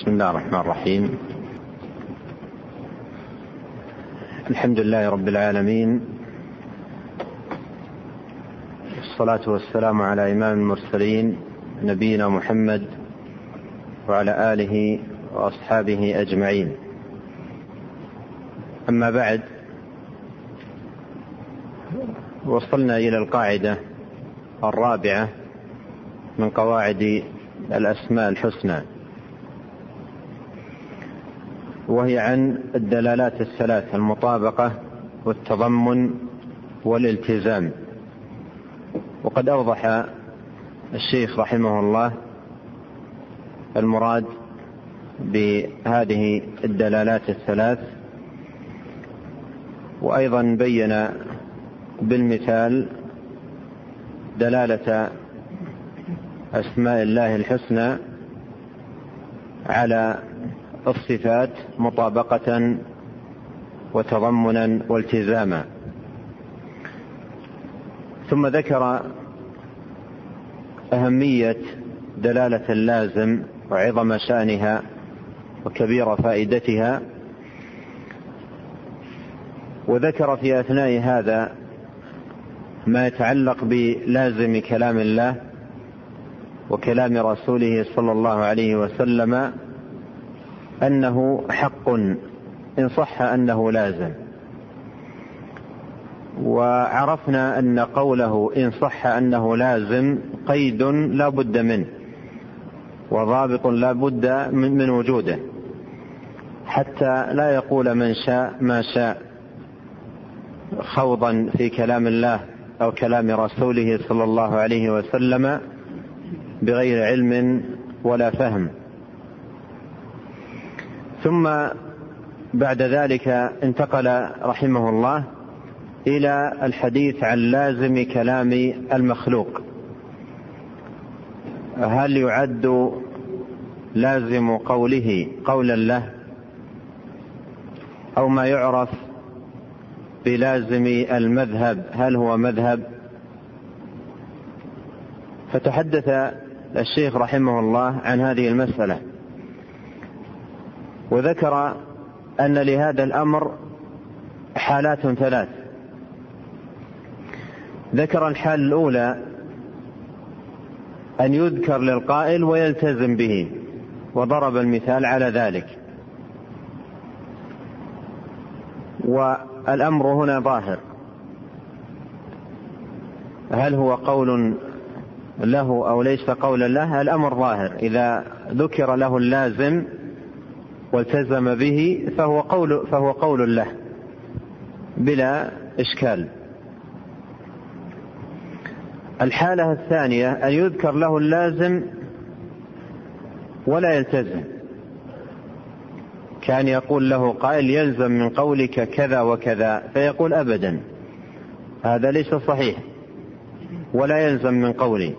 بسم الله الرحمن الرحيم. الحمد لله رب العالمين، والصلاة والسلام على إمام المرسلين نبينا محمد وعلى آله وأصحابه أجمعين. أما بعد، وصلنا إلى القاعدة الرابعة من قواعد الأسماء الحسنى، وهي عن الدلالات الثلاث: المطابقة والتضمن والالتزام. وقد أوضح الشيخ رحمه الله المراد بهذه الدلالات الثلاث، وأيضا بين بالمثال دلالة أسماء الله الحسنى على الصفات مطابقة وتضمنا والتزاما. ثم ذكر أهمية دلالة اللازم وعظم شأنها وكبير فائدتها، وذكر في أثناء هذا ما يتعلق بلازم كلام الله وكلام رسوله صلى الله عليه وسلم، أنه حق إن صح أنه لازم. وعرفنا أن قوله إن صح أنه لازم قيد لا بد منه وضابط لا بد من وجوده، حتى لا يقول من شاء ما شاء خوضا في كلام الله أو كلام رسوله صلى الله عليه وسلم بغير علم ولا فهم. ثم بعد ذلك انتقل رحمه الله إلى الحديث عن لازم كلام المخلوق. هل يعد لازم قوله قولا له، أو ما يعرف بلازم المذهب هل هو مذهب؟ فتحدث الشيخ رحمه الله عن هذه المسألة، وذكر أن لهذا الأمر حالات ثلاث. ذكر الحال الأولى أن يذكر للقائل ويلتزم به، وضرب المثال على ذلك. والأمر هنا ظاهر، هل هو قول له أو ليس قولا له؟ الأمر ظاهر، إذا ذكر له اللازم والتزم به فهو قول له بلا إشكال. الحالة الثانية أن يذكر له اللازم ولا يلتزم، كان يقول له قائل يلزم من قولك كذا وكذا، فيقول أبدا هذا ليس صحيح ولا يلزم من قولي،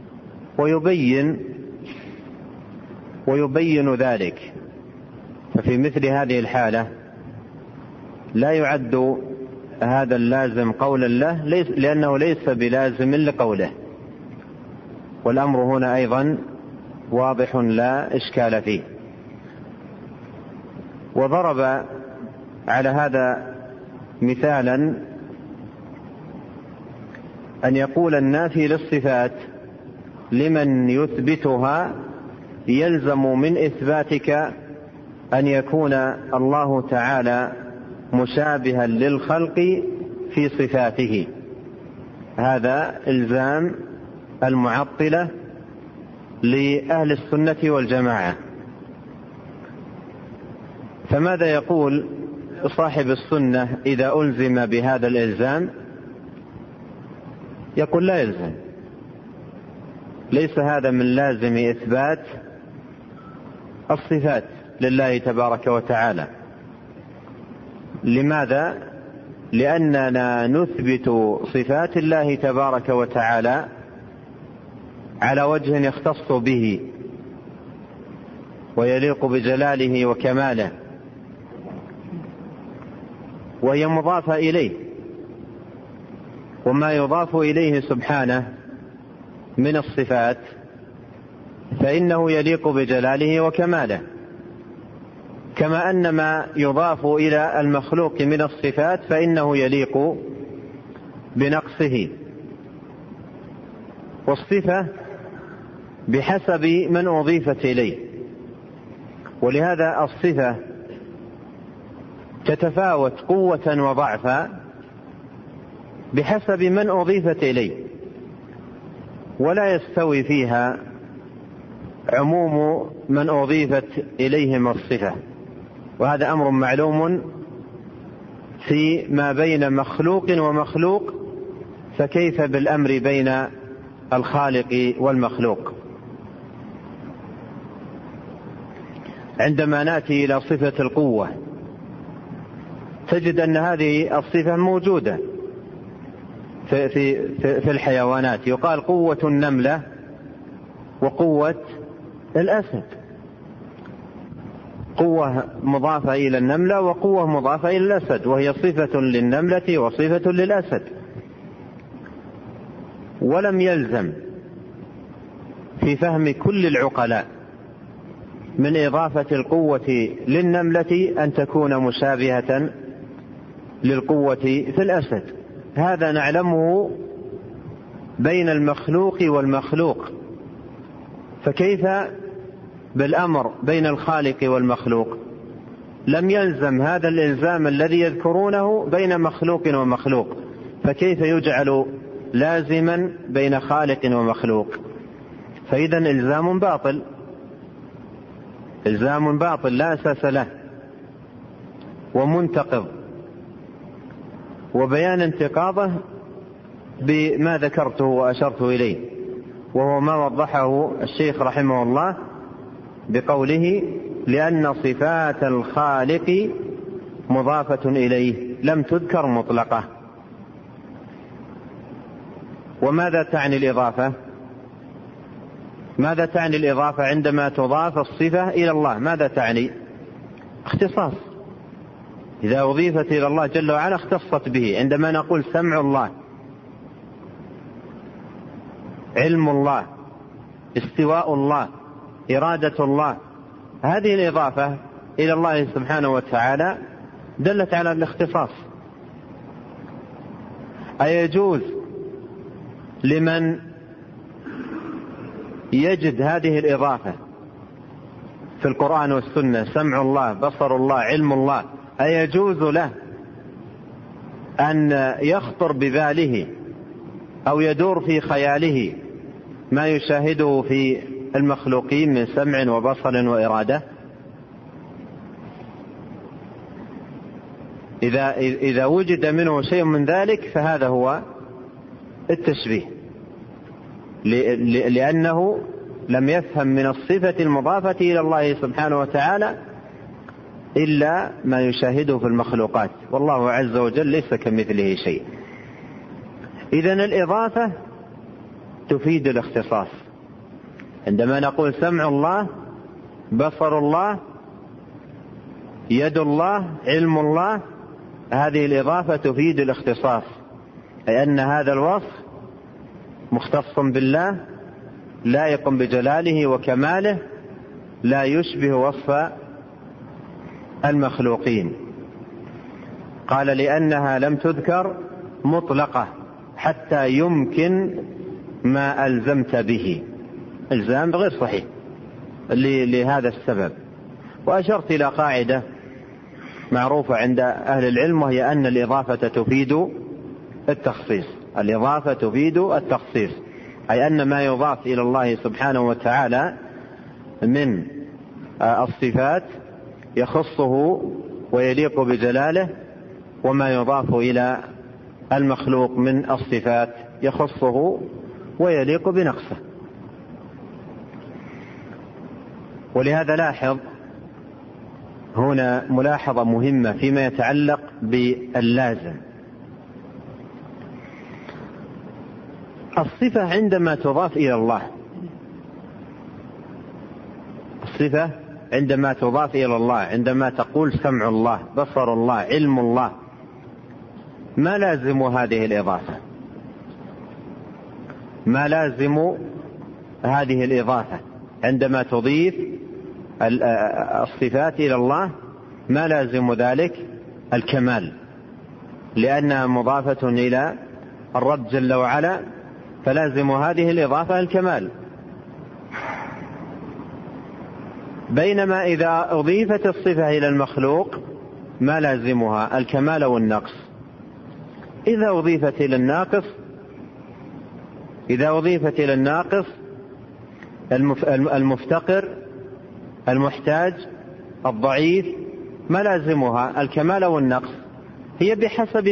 ويبين ذلك. ففي مثل هذه الحالة لا يعد هذا اللازم قولا له، لأنه ليس بلازم لقوله. والأمر هنا أيضا واضح لا إشكال فيه. وضرب على هذا مثالا أن يقول النافي للصفات لمن يثبتها يلزم من إثباتك أن يكون الله تعالى مشابها للخلق في صفاته. هذا إلزام المعطلة لأهل السنة والجماعة. فماذا يقول صاحب السنة إذا ألزم بهذا الإلزام؟ يقول لا يلزم، ليس هذا من لازم إثبات الصفات لله تبارك وتعالى. لماذا؟ لأننا نثبت صفات الله تبارك وتعالى على وجه يختص به ويليق بجلاله وكماله، وهي مضافة إليه، وما يضاف إليه سبحانه من الصفات فإنه يليق بجلاله وكماله. كما أن ما يضاف إلى المخلوق من الصفات فإنه يليق بنقصه. والصفة بحسب من أضيفت إليه، ولهذا الصفة تتفاوت قوة وضعفا بحسب من أضيفت إليه، ولا يستوي فيها عموم من أضيفت إليهم الصفة، وهذا أمر معلوم في ما بين مخلوق ومخلوق، فكيف بالأمر بين الخالق والمخلوق؟ عندما نأتي إلى صفة القوة تجد أن هذه الصفة موجودة في الحيوانات، يقال قوة النملة وقوة الأسد، قوة مضافة إلى النملة وقوة مضافة إلى الأسد، وهي صفة للنملة وصفة للأسد. ولم يلزم في فهم كل العقلاء من إضافة القوة للنملة أن تكون مشابهة للقوة في الأسد، هذا نعلمه بين المخلوق والمخلوق، فكيف بالأمر بين الخالق والمخلوق؟ لم يلزم هذا الإلزام الذي يذكرونه بين مخلوق ومخلوق، فكيف يجعل لازما بين خالق ومخلوق؟ فإذا إلزام باطل، إلزام باطل لا أساس له ومنتقض، وبيان انتقاضه بما ذكرته وأشرت إليه، وهو ما وضحه الشيخ رحمه الله بقوله: لأن صفات الخالق مضافة إليه لم تذكر مطلقة. وماذا تعني الإضافة؟ ماذا تعني الإضافة عندما تضاف الصفة إلى الله؟ ماذا تعني؟ اختصاص، إذا أضيفت إلى الله جل وعلا اختصت به. عندما نقول سمع الله، علم الله، استواء الله، إرادة الله، هذه الإضافة إلى الله سبحانه وتعالى دلت على الاختصاص. أيجوز لمن يجد هذه الإضافة في القرآن والسنة، سمع الله، بصر الله، علم الله، أيجوز له أن يخطر بباله أو يدور في خياله ما يشاهده في المخلوقين من سمع وبصر وإرادة؟ إذا وجد منه شيء من ذلك فهذا هو التشبيه، لأنه لم يفهم من الصفة المضافة إلى الله سبحانه وتعالى إلا ما يشاهده في المخلوقات، والله عز وجل ليس كمثله شيء. إذن الإضافة تفيد الاختصاص. عندما نقول سمع الله، بصر الله، يد الله، علم الله، هذه الإضافة تفيد الاختصاص، أي أن هذا الوصف مختص بالله، لائق بجلاله وكماله، لا يشبه وصف المخلوقين. قال: لأنها لم تذكر مطلقة حتى يمكن ما ألزمت به. إلزام غير صحيح لهذا السبب. وأشرت إلى قاعدة معروفة عند أهل العلم، وهي أن الإضافة تفيد التخصيص. الإضافة تفيد التخصيص، أي أن ما يضاف إلى الله سبحانه وتعالى من الصفات يخصه ويليق بجلاله، وما يضاف إلى المخلوق من الصفات يخصه ويليق بنقصه. ولهذا لاحظ هنا ملاحظة مهمة فيما يتعلق باللازم. الصفة عندما تضاف إلى الله، الصفة عندما تضاف إلى الله، عندما تقول سمع الله، بصر الله، علم الله، ما لازم هذه الإضافة؟ ما لازم هذه الإضافة عندما تضيف الصفات إلى الله؟ ما لازم ذلك الكمال، لأنها مضافة إلى الرب جل وعلا، فلازم هذه الإضافة الكمال. بينما إذا أضيفت الصفة إلى المخلوق ما لازمها الكمال والنقص. إذا أضيفت إلى الناقص المفتقر المحتاج الضعيف ما لازمها الكمال والنقص، هي بحسب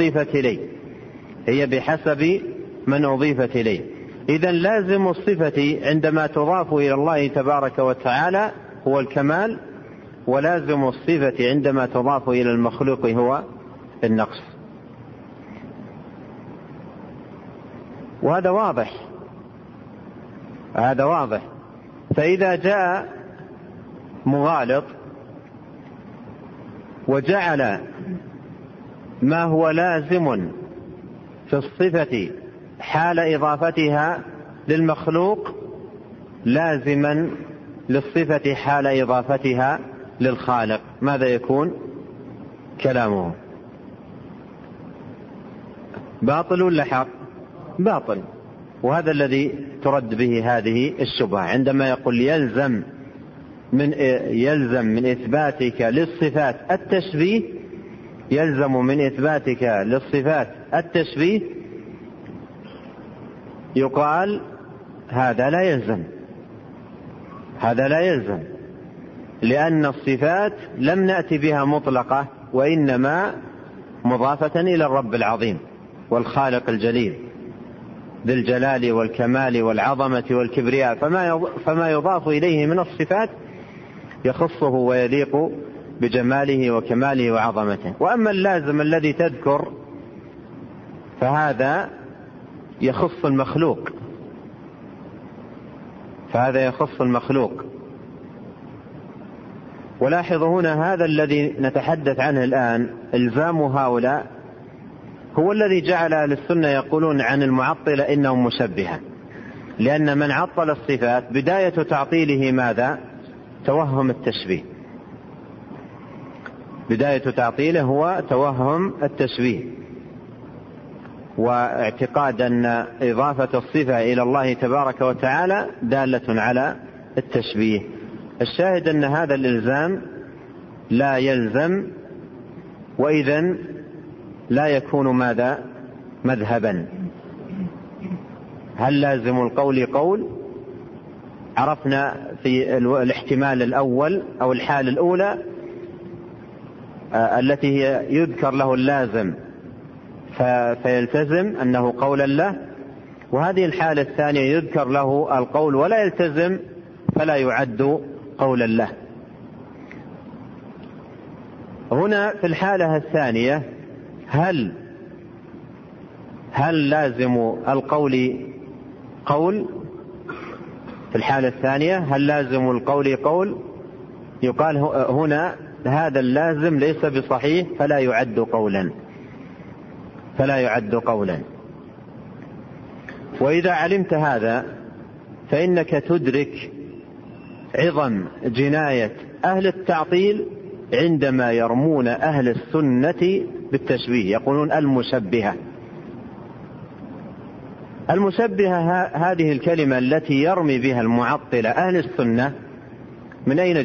من أضيفت إليه. إذن لازم الصفة عندما تضاف إلى الله تبارك وتعالى هو الكمال، ولازم الصفة عندما تضاف إلى المخلوق هو النقص. وهذا واضح. فإذا جاء مغالط وجعل ما هو لازم في الصفة حال إضافتها للمخلوق لازما للصفة حال إضافتها للخالق، ماذا يكون كلامه؟ باطل ولا حق؟ باطل. وهذا الذي ترد به هذه الشبهة، عندما يقول يلزم من إثباتك للصفات التشبيه، يلزم من إثباتك للصفات التشبيه، يقال هذا لا يلزم، لأن الصفات لم نأتي بها مطلقة، وإنما مضافة إلى الرب العظيم والخالق الجليل ذي الجلال والكمال والعظمة والكبرياء، فما يضاف إليه من الصفات يخصه ويليق بجماله وكماله وعظمته. وأما اللازم الذي تذكر فهذا يخص المخلوق. ولاحظوا هنا هذا الذي نتحدث عنه الآن، إلزام هؤلاء هو الذي جعل أهل السنة يقولون عن المعطلة إنهم مشبهة، لأن من عطل الصفات بداية تعطيله ماذا؟ توهم التشبيه. بداية تعطيله هو توهم التشبيه، واعتقاد أن إضافة الصفة إلى الله تبارك وتعالى دالة على التشبيه. الشاهد أن هذا الإلزام لا يلزم، وإذن لا يكون ماذا؟ مذهبا. هل لازم القول قول؟ عرفنا في الاحتمال الأول أو الحال الأولى التي هي يذكر له اللازم فيلتزم أنه قولا له، وهذه الحالة الثانية يذكر له القول ولا يلتزم فلا يعد قولا له. هنا في الحالة الثانية هل لازم القول قول؟ في الحالة الثانية هل لازم القول قول؟ يقال هنا هذا اللازم ليس بصحيح فلا يعد قولا. وإذا علمت هذا فإنك تدرك عظم جناية أهل التعطيل عندما يرمون أهل السنة بالتشبيه، يقولون المشبهة هذه الكلمة التي يرمي بها المعطلة أهل السنة من أين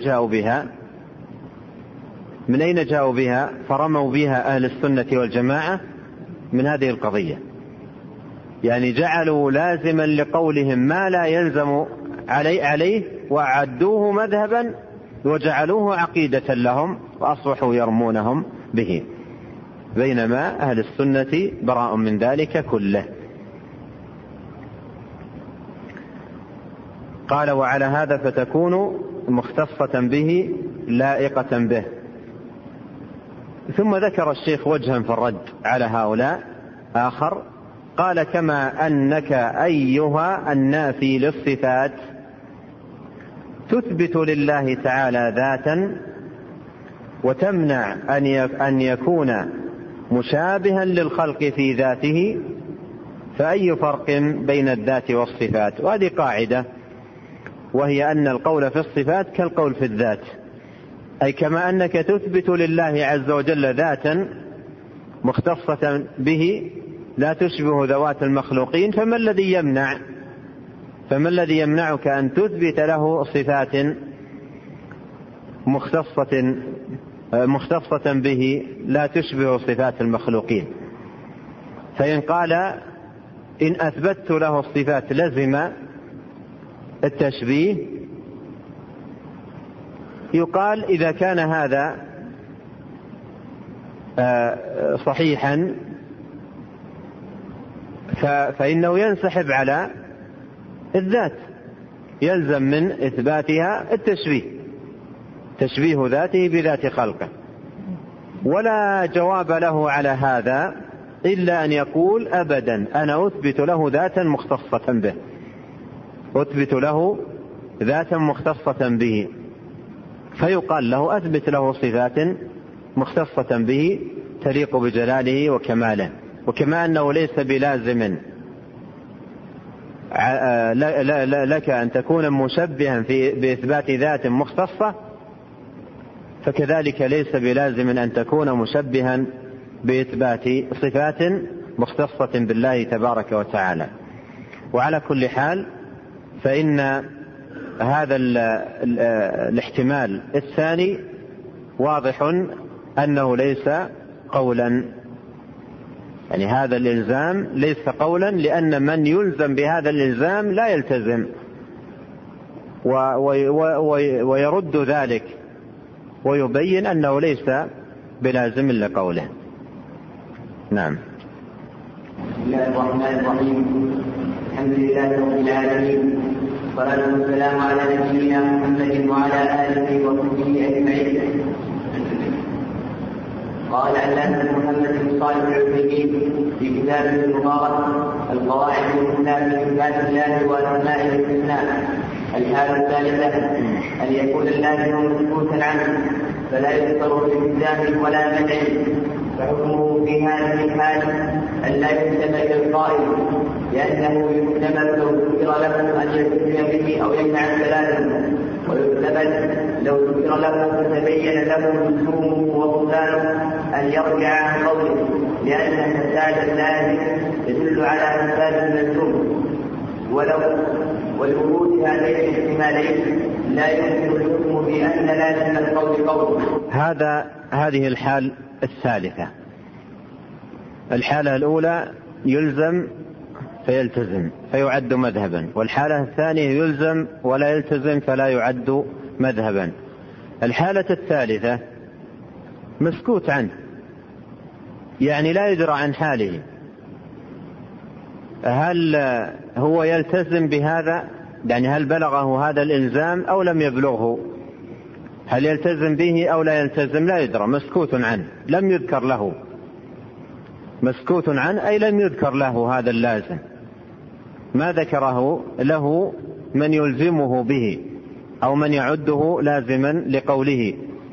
جاءوا بها فرموا بها أهل السنة والجماعة؟ من هذه القضية، يعني جعلوا لازما لقولهم ما لا يلزم عليه وأعدوه مذهبا وجعلوه عقيدة لهم وأصبحوا يرمونهم به، بينما أهل السنة براء من ذلك كله. قال وعلى هذا فتكون مختصة به لائقة به. ثم ذكر الشيخ وجها في الرد على هؤلاء آخر، قال كما أنك أيها النافي للصفات تثبت لله تعالى ذاتا وتمنع أن يكون مشابها للخلق في ذاته، فأي فرق بين الذات والصفات؟ وهذه قاعدة، وهي أن القول في الصفات كالقول في الذات، أي كما أنك تثبت لله عز وجل ذاتا مختصة به لا تشبه ذوات المخلوقين، فما الذي يمنعك أن تثبت له صفات مختصة به لا تشبه صفات المخلوقين؟ فإن قال إن أثبت له الصفات لزم التشبيه، يقال إذا كان هذا صحيحا فإنه ينسحب على الذات، يلزم من إثباتها تشبيه ذاته بذات خلقه. ولا جواب له على هذا إلا أن يقول أبدا أنا أثبت له ذاتا مختصة به، فيقال له أثبت له صفات مختصة به تليق بجلاله وكماله. وكما أنه ليس بلازم لك أن تكون مشبها بإثبات ذات مختصة، فكذلك ليس بلازم أن تكون مشبها بإثبات صفات مختصة بالله تبارك وتعالى. وعلى كل حال فإن هذا الاحتمال الثاني واضح أنه ليس قولا، يعني هذا الإلزام ليس قولا، لأن من يلزم بهذا الإلزام لا يلتزم ويرد ذلك ويبين أنه ليس بلازم لقوله. نعم. بسم الله الرحمن الرحيم. الحمد لله رب العالمين، والصلاة والسلام على نبينا محمد وعلى آله وصحبه أجمعين. قال علامة محمد بن صالح العثيمين في كتابه المبارك القواعد المثلى في صفات الله وأسمائه الحسنى: الحالة الثالثة أن يكون اللازم مسكوتا عنه فلا يذكر بالتزام ولا منع، فحكمه في هذه الحال أن لا يحتمل القائل، لأنه يحتمل لو ذكر له أن يستدل به أو يمنع التلازم، ويحتمل لو ذكر له فتبين له لزومه وبطلانه أن يرجع عن قوله، لأن فساد اللازم يدل على فساد الملزوم. ولوجود هذين الاحتمالين لا يمكن الحكم بأن لازم القول قوله. هذه الحال الثالثة. الحالة الأولى يلزم فيلتزم فيعد مذهبا، والحالة الثانية يلزم ولا يلتزم فلا يعد مذهبا. الحالة الثالثة مسكوت عنه، يعني لا يدرى عن حاله، هل هو يلتزم بهذا، يعني هل بلغه هذا الإلزام أو لم يبلغه، هل يلتزم به أو لا يلتزم، لا يدرى، مسكوت عنه، لم يذكر له، مسكوت عنه أي لم يذكر له هذا اللازم، ما ذكره له من يلزمه به أو من يعده لازما لقوله.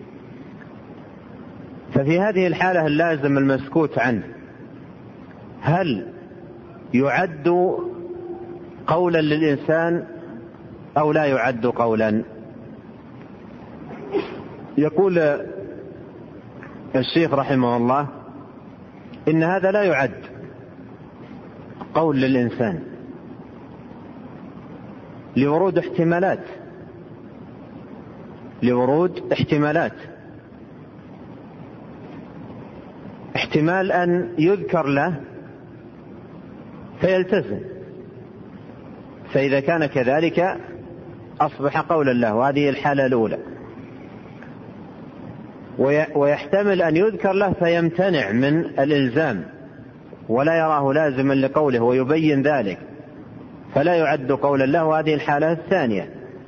ففي هذه الحالة اللازم المسكوت عنه هل يعد قولا للإنسان أو لا يعد قولا؟ يقول الشيخ رحمه الله إن هذا لا يعد قول للإنسان لورود احتمالات، احتمال أن يذكر له فيلتزم، فإذا كان كذلك أصبح قولا له، وهذه الحالة الأولى. ويحتمل أن يذكر له فيمتنع من الإلزام ولا يراه لازما لقوله ويبين ذلك فلا يعد قولا له، وهذه الحالة الثانية.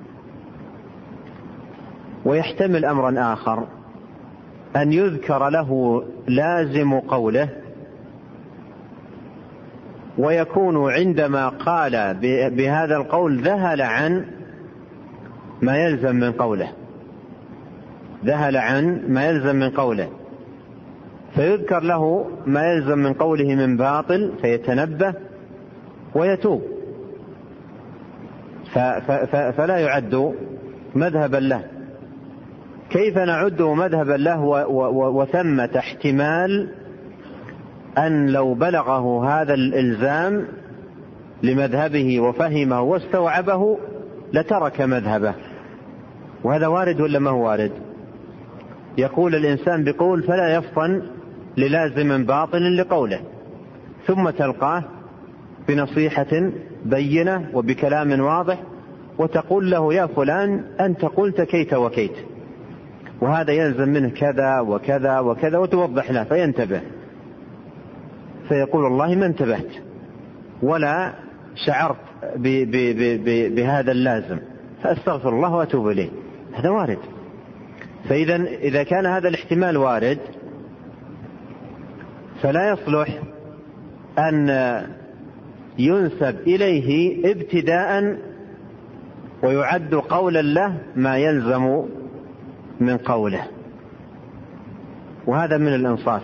ويحتمل أمرا آخر أن يذكر له لازم قوله ويكون عندما قال بهذا القول ذهل عن ما يلزم من قوله، فيذكر له ما يلزم من قوله من باطل فيتنبه ويتوب، فلا يعد مذهبا له، كيف نعده مذهبا له وثمة احتمال أن لو بلغه هذا الإلزام لمذهبه وفهمه واستوعبه لترك مذهبه، وهذا وارد ولا ما هو وارد؟ يقول الإنسان بقول فلا يفطن للازم باطل لقوله، ثم تلقاه بنصيحة بينة وبكلام واضح وتقول له يا فلان أنت قلت كيت وكيت وهذا يلزم منه كذا وكذا وكذا، وتوضح له فينتبه، فيقول والله ما انتبهت ولا شعرت بهذا اللازم فأستغفر الله وأتوب إليه. هذا وارد. إذا كان هذا الاحتمال وارد فلا يصلح أن ينسب إليه ابتداء ويعد قولا له ما يلزم من قوله، وهذا من الإنصاف.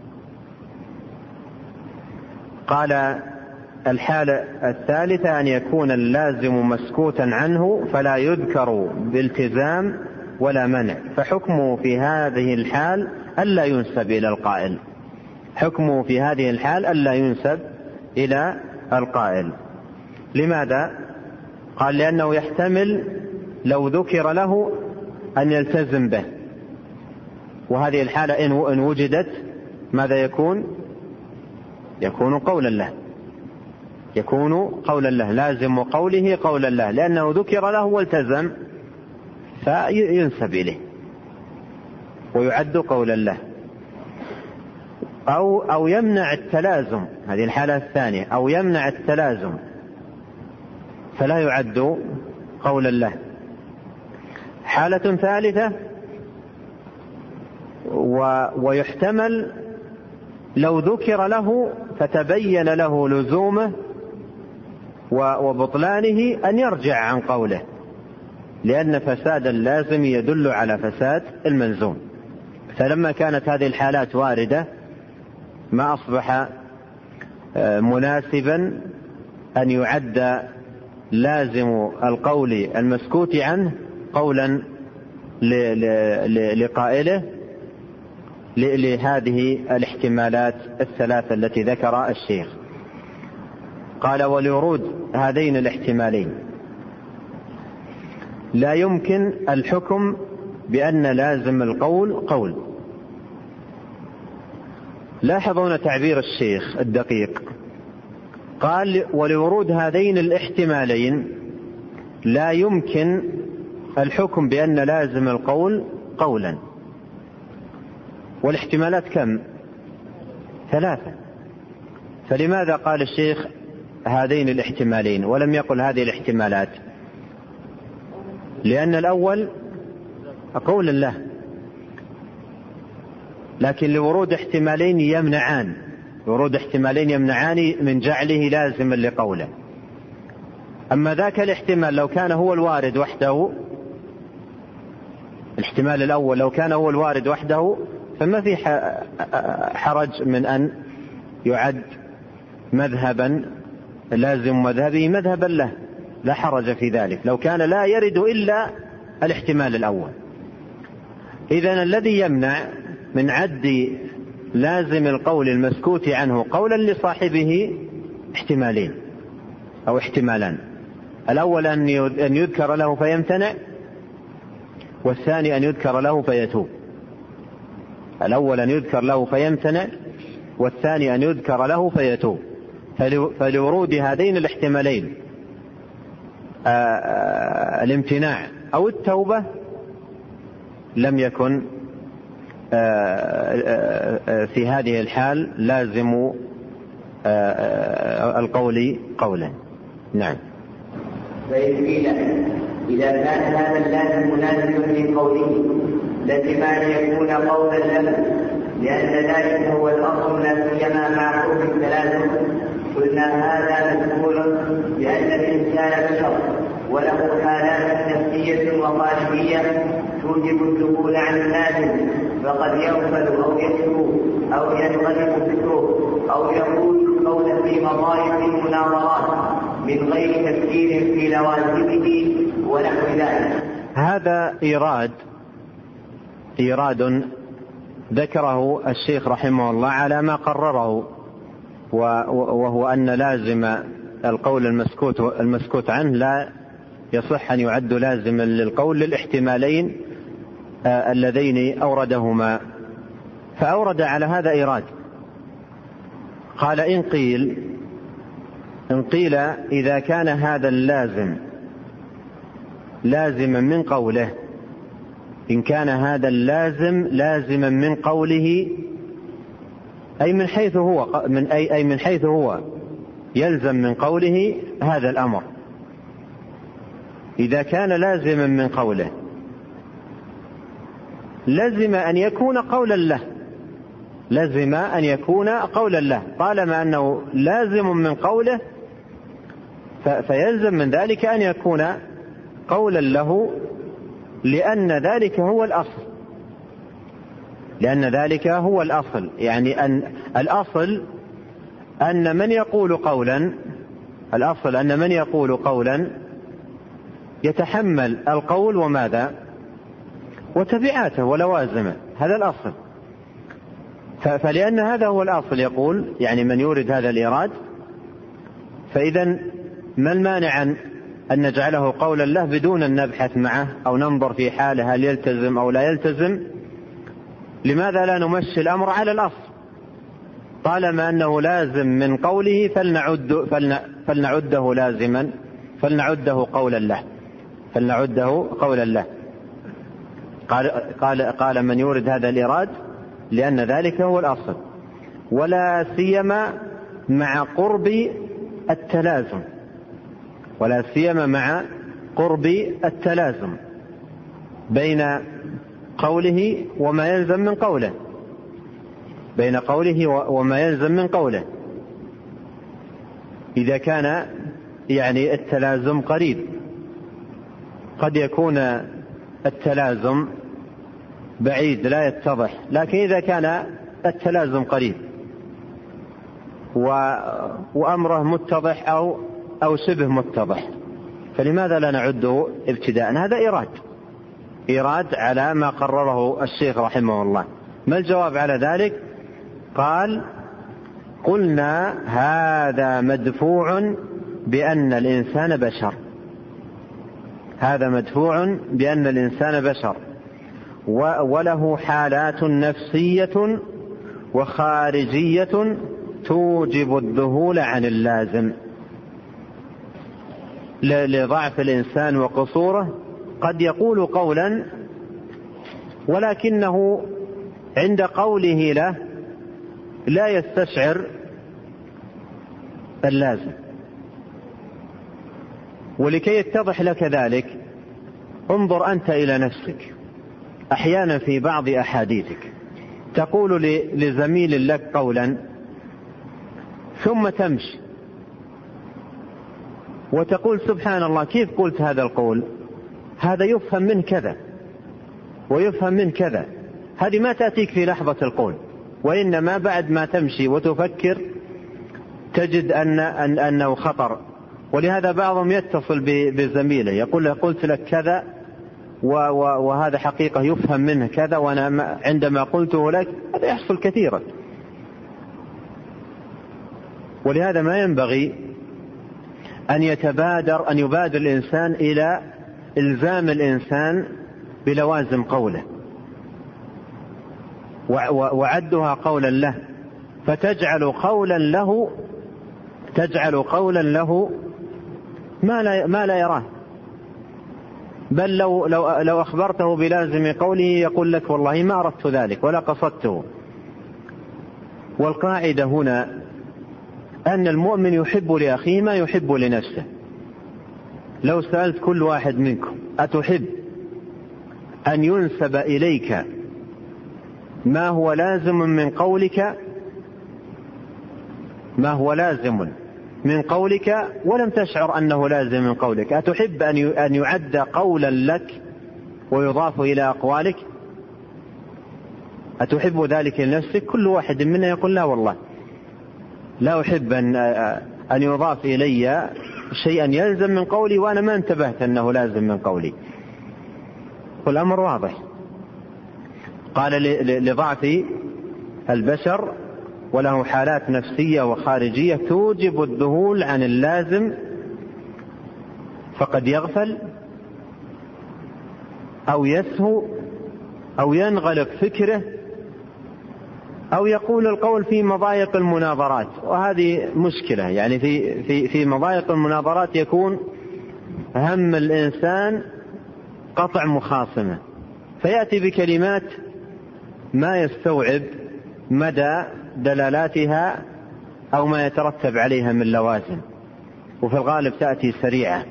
قال الحالة الثالثة أن يكون اللازم مسكوتا عنه فلا يذكر بالتزام ولا منع، فحكمه في هذه الحال ألا ينسب إلى القائل. حكمه في هذه الحال ألا ينسب إلى القائل. لماذا؟ قال لأنه يحتمل لو ذكر له أن يلتزم به، وهذه الحالة إن وجدت ماذا يكون؟ يكون قولا له، يكون قولا له، لازم قوله قولا له، لأنه ذكر له والتزم فينسب إليه ويعد قولا له. أو يمنع التلازم، هذه الحالة الثانية، أو يمنع التلازم فلا يعد قولا له. حالة ثالثة ويحتمل لو ذكر له فتبين له لزومه وبطلانه أن يرجع عن قوله، لأن فساد اللازم يدل على فساد الملزوم. فلما كانت هذه الحالات واردة ما أصبح مناسبا أن يعد لازم القول المسكوت عنه قولا لقائله لهذه الاحتمالات الثلاثة التي ذكر الشيخ. قال ولورود هذين الاحتمالين لا يمكن الحكم بأن لازم القول قول. لاحظون تعبير الشيخ الدقيق، قال ولورود هذين الاحتمالين لا يمكن الحكم بأن لازم القول قولا. والاحتمالات كم؟ ثلاثة. فلماذا قال الشيخ هذين الاحتمالين ولم يقل هذه الاحتمالات؟ لأن الأول قول الله، لكن لورود احتمالين يمنعان، ورود احتمالين يمنعان من جعله لازما لقوله. أما ذاك الاحتمال لو كان هو الوارد وحده، الاحتمال الأول لو كان هو الوارد وحده فما في حرج من أن يعد مذهبا لازم مذهبه مذهبا له، لا حرج في ذلك لو كان لا يرد إلا الاحتمال الأول. إذن الذي يمنع من عد لازم القول المسكوت عنه قولا لصاحبه احتمالين أو احتمالان، الأول أن يذكر له فيمتنع، والثاني أن يذكر له فيتوب. الأول أن يذكر له فيمتنع، والثاني أن يذكر له فيتوب. فلورود هذين الاحتمالين الامتناع أو التوبة لم يكن في هذه الحال لازم القول قولا. نعم. إذا كان هذا اللازم لازما من قوله لزم أن يكون قولا له، لأن ذلك هو الأصل لا سيما مع حكم التلازم. قلنا هذا مذكور بأن الإنسان بشر وله حالات نفسية وقالبية توجب الدخول عن اللازم، فقد يغفل أو يسهو أو ينغلق فكره أو يقول القول في مضايق المناظرات من غير تفكير في لوازمه ونحو ذلك. هذا إيراد إيراد ذكره الشيخ رحمه الله على ما قرره، وهو أن لازم القول المسكوت عنه لا يصح أن يعد لازما للقول للاحتمالين اللذين أوردهما. فأورد على هذا إيراد، قال إن قيل إذا كان هذا اللازم لازما من قوله، إن كان هذا اللازم لازما من قوله أي من حيث هو يلزم من قوله هذا الأمر، إذا كان لازما من قوله لزم أن يكون قولا له، لزم أن يكون قولا له، طالما أنه لازم من قوله فيلزم من ذلك أن يكون قولا له، لأن ذلك هو الأصل، لأن ذلك هو الأصل. يعني أن الأصل أن من يقول قولا، الأصل أن من يقول قولا يتحمل القول وماذا وتبعاته ولوازمه، هذا الأصل. فلأن هذا هو الأصل يقول يعني من يورد هذا الإيراد، فإذا ما المانع أن نجعله قولا له بدون أن نبحث معه أو ننظر في حاله هل يلتزم أو لا يلتزم؟ لماذا لا نمشي الأمر على الأصل؟ طالما أنه لازم من قوله فلنعده لازما، فلنعده قولا له، فلنعده قولا له. قال من يورد هذا الإيراد لأن ذلك هو الأصل، ولا سيما مع قرب التلازم، ولا سيما مع قرب التلازم بين قوله وما يلزم من قوله، بين قوله وما يلزم من قوله. إذا كان يعني التلازم قريب، قد يكون التلازم بعيد لا يتضح، لكن إذا كان التلازم قريب وأمره متضح أو شبه متضح، فلماذا لا نعده ابتداء؟ هذا إيراد على ما قرره الشيخ رحمه الله. ما الجواب على ذلك؟ قال قلنا هذا مدفوع بأن الإنسان بشر، هذا مدفوع بأن الإنسان بشر وله حالات نفسية وخارجية توجب الذهول عن اللازم. لضعف الإنسان وقصوره قد يقول قولا ولكنه عند قوله له لا يستشعر اللازم. ولكي يتضح لك ذلك انظر أنت إلى نفسك. أحيانا في بعض أحاديثك تقول لزميل لك قولا ثم تمشي وتقول سبحان الله كيف قلت هذا القول، هذا يفهم من كذا ويفهم من كذا. هذه ما تأتيك في لحظة القول، وإنما بعد ما تمشي وتفكر تجد أنه خطر. ولهذا بعضهم يتصل بزميله يقول له قلت لك كذا وهذا حقيقة يفهم منه كذا، وأنا عندما قلته لك. هذا يحصل كثيرا. ولهذا ما ينبغي أن يبادر الإنسان إلى إلزام الإنسان بلوازم قوله وعدها قولا له، فتجعل قولا له ما لا يراه. بل لو أخبرته بلازم قوله يقول لك والله ما أردت ذلك ولا قصدته. والقاعدة هنا أن المؤمن يحب لأخيه ما يحب لنفسه. لو سألت كل واحد منكم أتحب أن ينسب إليك ما هو لازم من قولك، ما هو لازم من قولك ولم تشعر أنه لازم من قولك، أتحب أن يعد قولا لك ويضاف إلى أقوالك؟ أتحب ذلك لنفسك؟ كل واحد منا يقول لا والله لا أحب أن يضاف إلي شيئا يلزم من قولي وأنا ما انتبهت أنه لازم من قولي. والأمر واضح. قال لضعف البشر، وله حالات نفسية وخارجية توجب الذهول عن اللازم، فقد يغفل أو يسهو أو ينغلق فكره أو يقول القول في مضايق المناظرات. وهذه مشكلة، يعني في مضايق المناظرات يكون هم الإنسان قطع مخاصمة، فيأتي بكلمات ما يستوعب مدى دلالاتها أو ما يترتب عليها من لوازم، وفي الغالب تأتي سريعة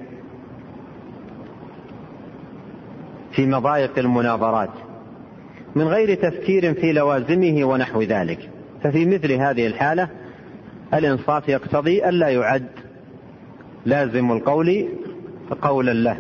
في مضايق المناظرات من غير تفكير في لوازمه ونحو ذلك. ففي مثل هذه الحالة الإنصاف يقتضي ألا يعد لازم القول قولا له.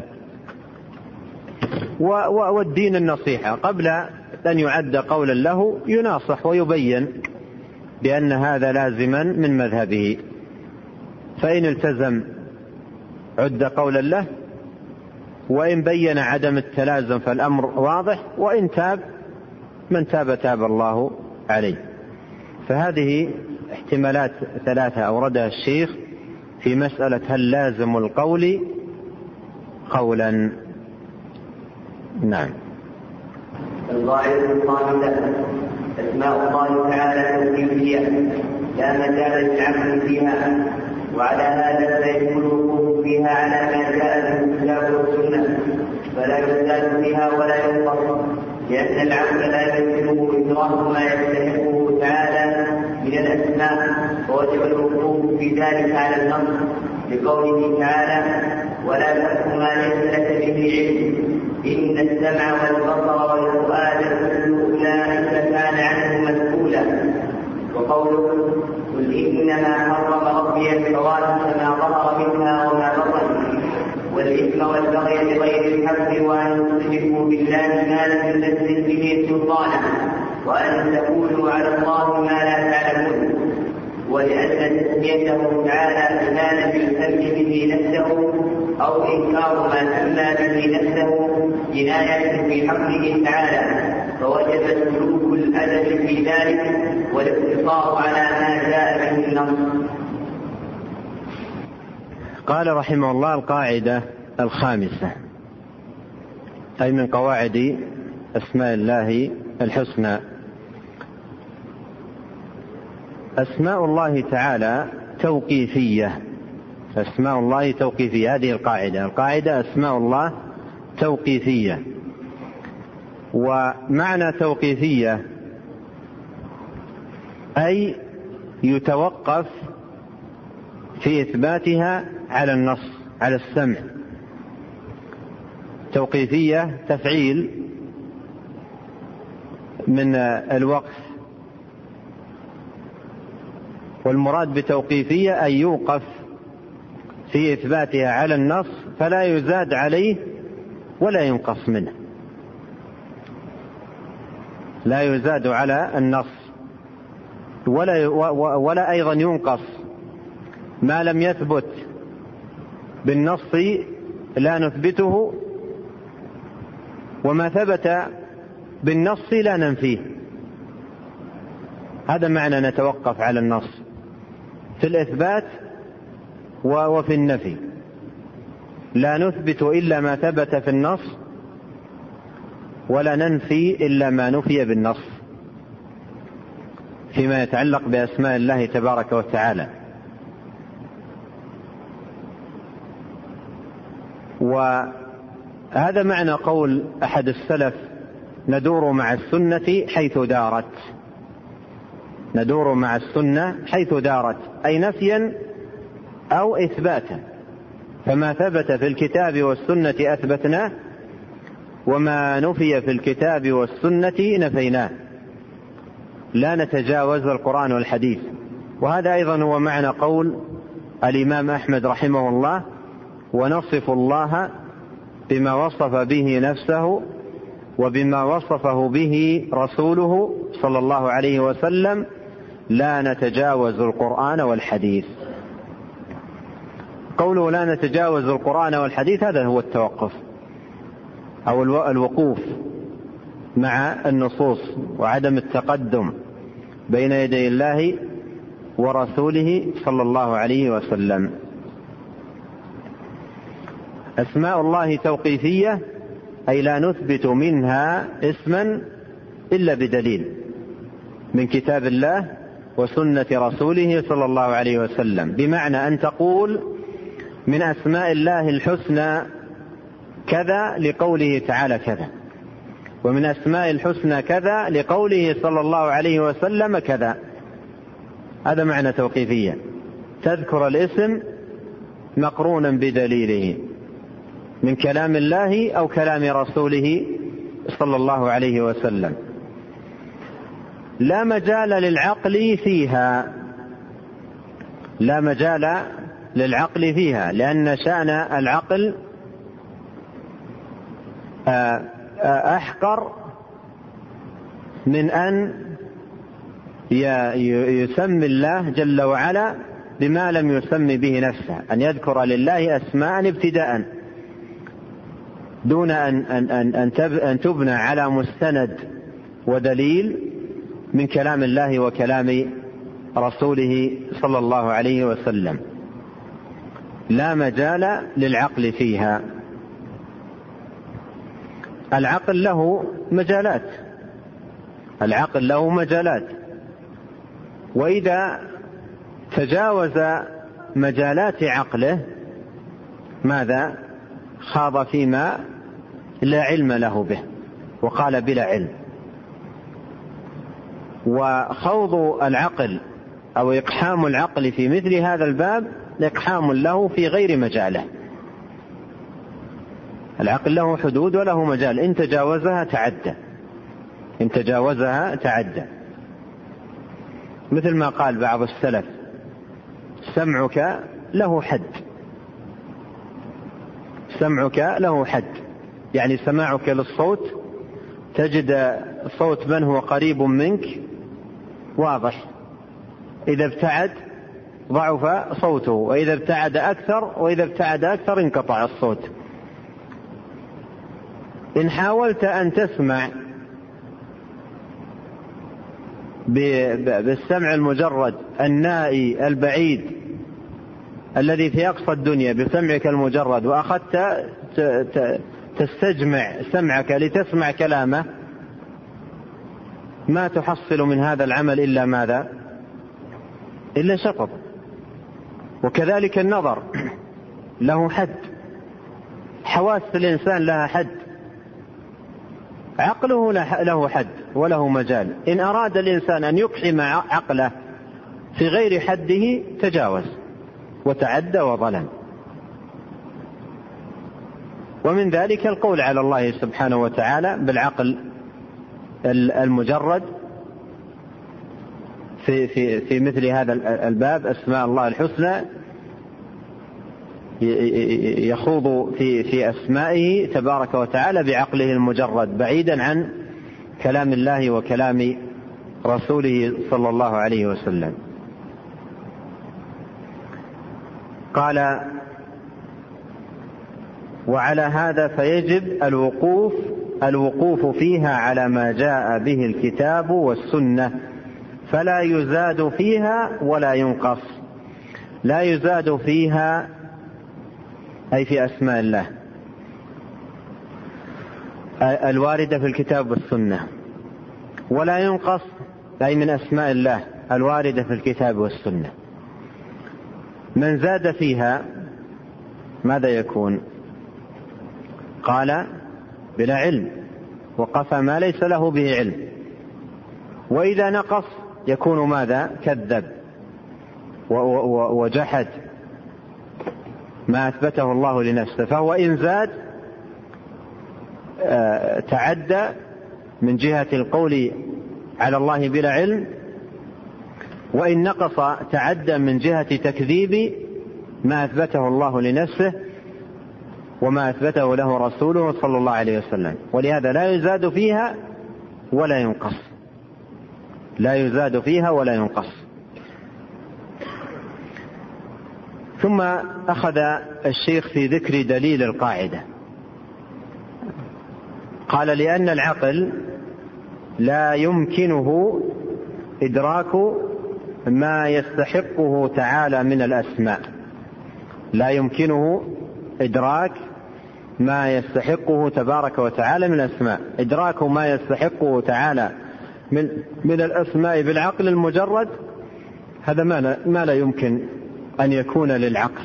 والدين النصيحة، قبل أن يعد قولا له يناصح ويبين بأن هذا لازما من مذهبه، فإن التزم عد قولا له، وإن بين عدم التلازم فالأمر واضح، وإن تاب من تاب تاب الله عليه. فهذه احتمالات ثلاثة أوردها الشيخ في مسألة هل لازم القول قولا. نعم. القاعدة الخامسة: أسماء الله تعالى توقيفية لا مجال للعمل فيها، وعلى هذا فيكون الوقوف فيها على ما جاء في الكتاب والسنة، فلا يزداد فيها ولا ينقص، لأن العبد لا يمكنه إدراك ما يستحقه تعالى من الأسماء، فوجب الوقوف في ذلك على النص لقوله تعالى: ولا تقف ما ليس لك به علم إن السمع والبصر والفؤاد كل أولئك كان عنه مسؤولا. وقوله: قل إنما حرم ربي الفواحش ما ظهر منها وما بطن والإثم والبغي بغير الحق وأن تشركوا بالله ما لم ينزل به سلطانا وأن تقولوا على الله ما لا تعلمون. ولأن تسميته تعالى بما لم يسم به نفسه أو إنكار ما سمى به نفسه جناية في حقه تعالى، فوجب سلوك الأدب في ذلك والاقتصار على ما جاء به النص. قال رحمه الله: القاعدة الخامسة، أي من قواعد أسماء الله الحسنى: أسماء الله تعالى توقيفية. أسماء الله توقيفية، هذه القاعدة أسماء الله توقيفية. ومعنى توقيفية أي يتوقف في إثباتها على النص، على السمع. توقيفية تفعيل من الوقف، والمراد بتوقيفية أن يوقف في إثباتها على النص فلا يزاد عليه ولا ينقص منه، لا يزاد على النص ولا أيضا ينقص. ما لم يثبت بالنص لا نثبته، وما ثبت بالنص لا ننفيه. هذا معنى نتوقف على النص في الإثبات وفي النفي، لا نثبت إلا ما ثبت في النص ولا ننفي إلا ما نفي بالنص فيما يتعلق بأسماء الله تبارك وتعالى. وهذا معنى قول أحد السلف: ندور مع السنة حيث دارت. ندور مع السنة حيث دارت، أي نفيا أو إثباتا، فما ثبت في الكتاب والسنة أثبتناه، وما نفي في الكتاب والسنة نفيناه، لا نتجاوز القرآن والحديث. وهذا أيضا هو معنى قول الإمام أحمد رحمه الله: ونصف الله بما وصف به نفسه وبما وصفه به رسوله صلى الله عليه وسلم، لا نتجاوز القرآن والحديث. قوله لا نتجاوز القرآن والحديث هذا هو التوقف أو الوقوف مع النصوص وعدم التقدم بين يدي الله ورسوله صلى الله عليه وسلم. أسماء الله توقيفية، أي لا نثبت منها اسما إلا بدليل من كتاب الله وسنة رسوله صلى الله عليه وسلم، بمعنى أن تقول من أسماء الله الحسنى كذا لقوله تعالى كذا، ومن أسماء الحسنى كذا لقوله صلى الله عليه وسلم كذا. هذا معنى توقيفية، تذكر الاسم مقرونا بدليله من كلام الله أو كلام رسوله صلى الله عليه وسلم. لا مجال للعقل فيها، لا مجال للعقل فيها، لأن شأن العقل أحقر من أن يسمي الله جل وعلا بما لم يسمي به نفسه، أن يذكر لله أسماء ابتداء دون أن تبنى على مستند ودليل من كلام الله وكلام رسوله صلى الله عليه وسلم. لا مجال للعقل فيها. العقل له مجالات، العقل له مجالات، وإذا تجاوز مجالات عقله ماذا؟ خاض فيما لا علم له به، وقال بلا علم. وخوض العقل أو إقحام العقل في مثل هذا الباب إقحام له في غير مجاله. العقل له حدود وله مجال، إن تجاوزها تعدى، إن تجاوزها تعدى. مثل ما قال بعض السلف: سمعك له حد، سمعك له حد، يعني سماعك للصوت تجد صوت من هو قريب منك واضح، إذا ابتعد ضعف صوته، وإذا ابتعد أكثر انقطع الصوت. إن حاولت أن تسمع بالسمع المجرد النائي البعيد الذي في أقصى الدنيا بسمعك المجرد، وأخذت تستجمع سمعك لتسمع كلامه، ما تحصل من هذا العمل إلا ماذا؟ إلا شطط. وكذلك النظر له حد، حواس الإنسان لها حد، عقله له حد وله مجال. إن أراد الإنسان أن يقحم عقله في غير حده تجاوز وتعدى وظلم. ومن ذلك القول على الله سبحانه وتعالى بالعقل المجرد في مثل هذا الباب، أسماء الله الحسنى، يخوض في أسمائه تبارك وتعالى بعقله المجرد بعيدا عن كلام الله وكلام رسوله صلى الله عليه وسلم. قال: وعلى هذا فيجب الوقوف فيها على ما جاء به الكتاب والسنة، فلا يزاد فيها ولا ينقص. لا يزاد فيها أي في أسماء الله الواردة في الكتاب والسنة، ولا ينقص أي من أسماء الله الواردة في الكتاب والسنة. من زاد فيها ماذا يكون؟ قال: بلا علم، وقف ما ليس له به علم. وإذا نقص يكون ماذا؟ كذب وجحد ما أثبته الله لنفسه. فهو إن زاد تعدى من جهة القول على الله بلا علم، وإن نقص تعدى من جهة تكذيب ما أثبته الله لنفسه وما أثبته له رسوله صلى الله عليه وسلم. ولهذا لا يزاد فيها ولا ينقص، لا يزاد فيها ولا ينقص. ثم أخذ الشيخ في ذكر دليل القاعدة. قال: لأن العقل لا يمكنه إدراك ما يستحقه تعالى من الأسماء، لا يمكنه إدراك ما يستحقه تبارك وتعالى من الأسماء. إدراك ما يستحقه تعالى من الأسماء بالعقل المجرد هذا ما لا يمكن أن يكون للعقل.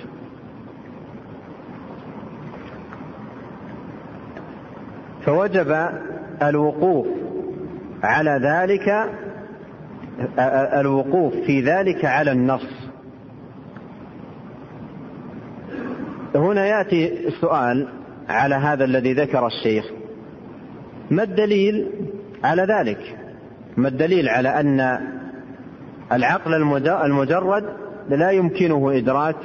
فوجب الوقوف على ذلك، الوقوف في ذلك على النص. هنا يأتي السؤال على هذا الذي ذكر الشيخ: ما الدليل على ذلك؟ ما الدليل على أن العقل المجرد لا يمكنه إدراك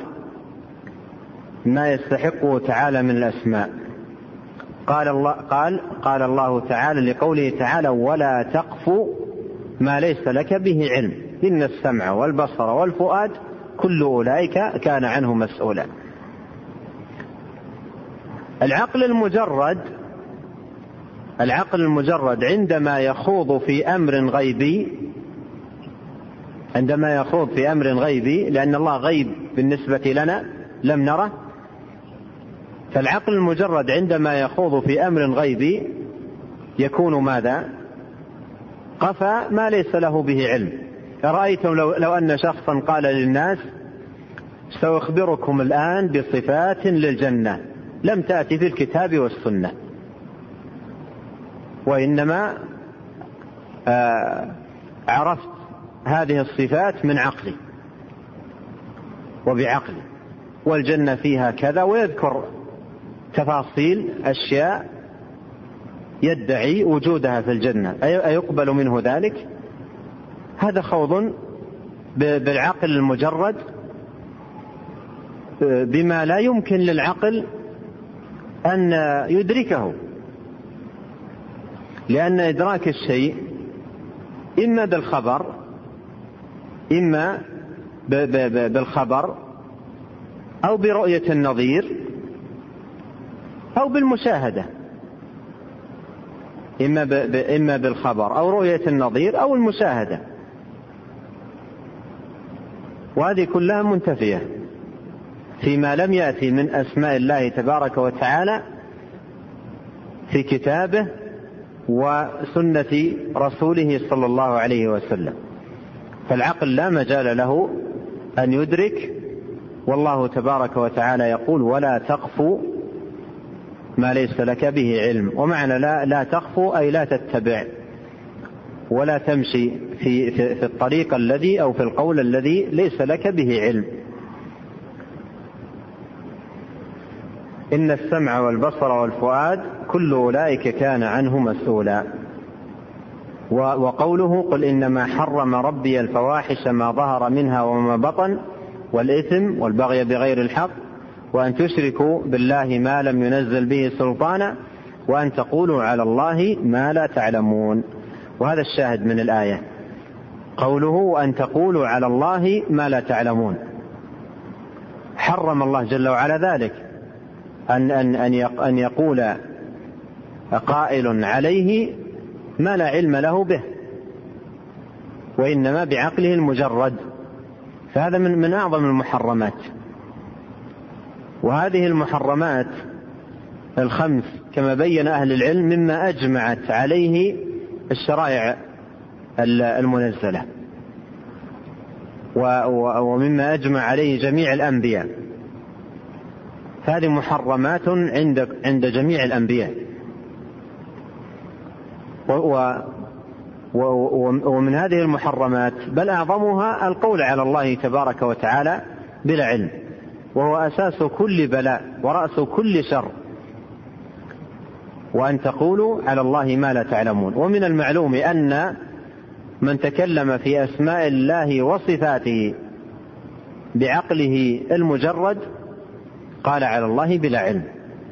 ما يستحقه تعالى من الأسماء؟ قال الله تعالى لقوله تعالى: ولا تقف ما ليس لك به علم إن السمع والبصر والفؤاد كل أولئك كان عنه مسؤولا. العقل المجرد عندما يخوض في أمر غيبي، لأن الله غيب بالنسبة لنا لم نره، فالعقل المجرد عندما يخوض في أمر غيبي يكون ماذا؟ قفى ما ليس له به علم. أرأيتم لو أن شخصا قال للناس: سأخبركم الآن بصفات للجنة لم تأتي في الكتاب والسنة، وإنما عرفت هذه الصفات من عقلي وبعقلي، والجنة فيها كذا، ويذكر تفاصيل أشياء يدعي وجودها في الجنة، أيقبل منه ذلك؟ هذا خوض بالعقل المجرد بما لا يمكن للعقل أن يدركه، لأن إدراك الشيء إما بالخبر أو برؤية النظير أو بالمشاهدة، إما بالخبر أو رؤية النظير أو المشاهدة، وهذه كلها منتفية فيما لم يأتي من أسماء الله تبارك وتعالى في كتابه وسنة رسوله صلى الله عليه وسلم. فالعقل لا مجال له أن يدرك، والله تبارك وتعالى يقول: ولا تقف ما ليس لك به علم. ومعنى لا تقف أي لا تتبع ولا تمشي في الطريق الذي أو في القول الذي ليس لك به علم. إن السمع والبصر والفؤاد كل أولئك كان عنه مسؤولا. وقوله: قل إنما حرم ربي الفواحش ما ظهر منها وما بطن والإثم والبغي بغير الحق وأن تشركوا بالله ما لم ينزل به سلطانا وأن تقولوا على الله ما لا تعلمون. وهذا الشاهد من الآية، قوله: وأن تقولوا على الله ما لا تعلمون. حرم الله جل وعلا ذلك، أن يقول قائل عليه ما لا علم له به، وإنما بعقله المجرد، فهذا من أعظم المحرمات. وهذه المحرمات الخمس كما بين أهل العلم مما أجمعت عليه الشرائع المنزلة، ومما أجمع عليه جميع الأنبياء، هذه محرمات عند جميع الأنبياء. ومن هذه المحرمات بل أعظمها القول على الله تبارك وتعالى بلا علم، وهو أساس كل بلاء ورأس كل شر، وأن تقولوا على الله ما لا تعلمون. ومن المعلوم أن من تكلم في أسماء الله وصفاته بعقله المجرد قال على الله بلا علم،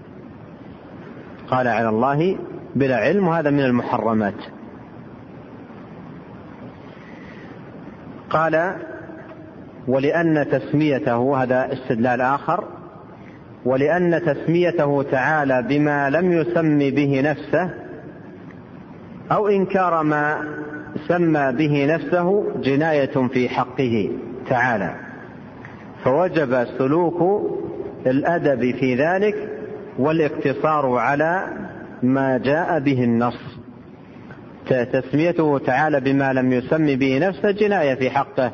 قال على الله بلا علم، وهذا من المحرمات. قال: ولأن تسميته، هذا استدلال آخر، ولأن تسميته تعالى بما لم يسم به نفسه أو إنكار ما سمى به نفسه جناية في حقه تعالى، فوجب سلوك الأدب في ذلك والاقتصار على ما جاء به النص. تسميته تعالى بما لم يسم به نفسه جناية في حقه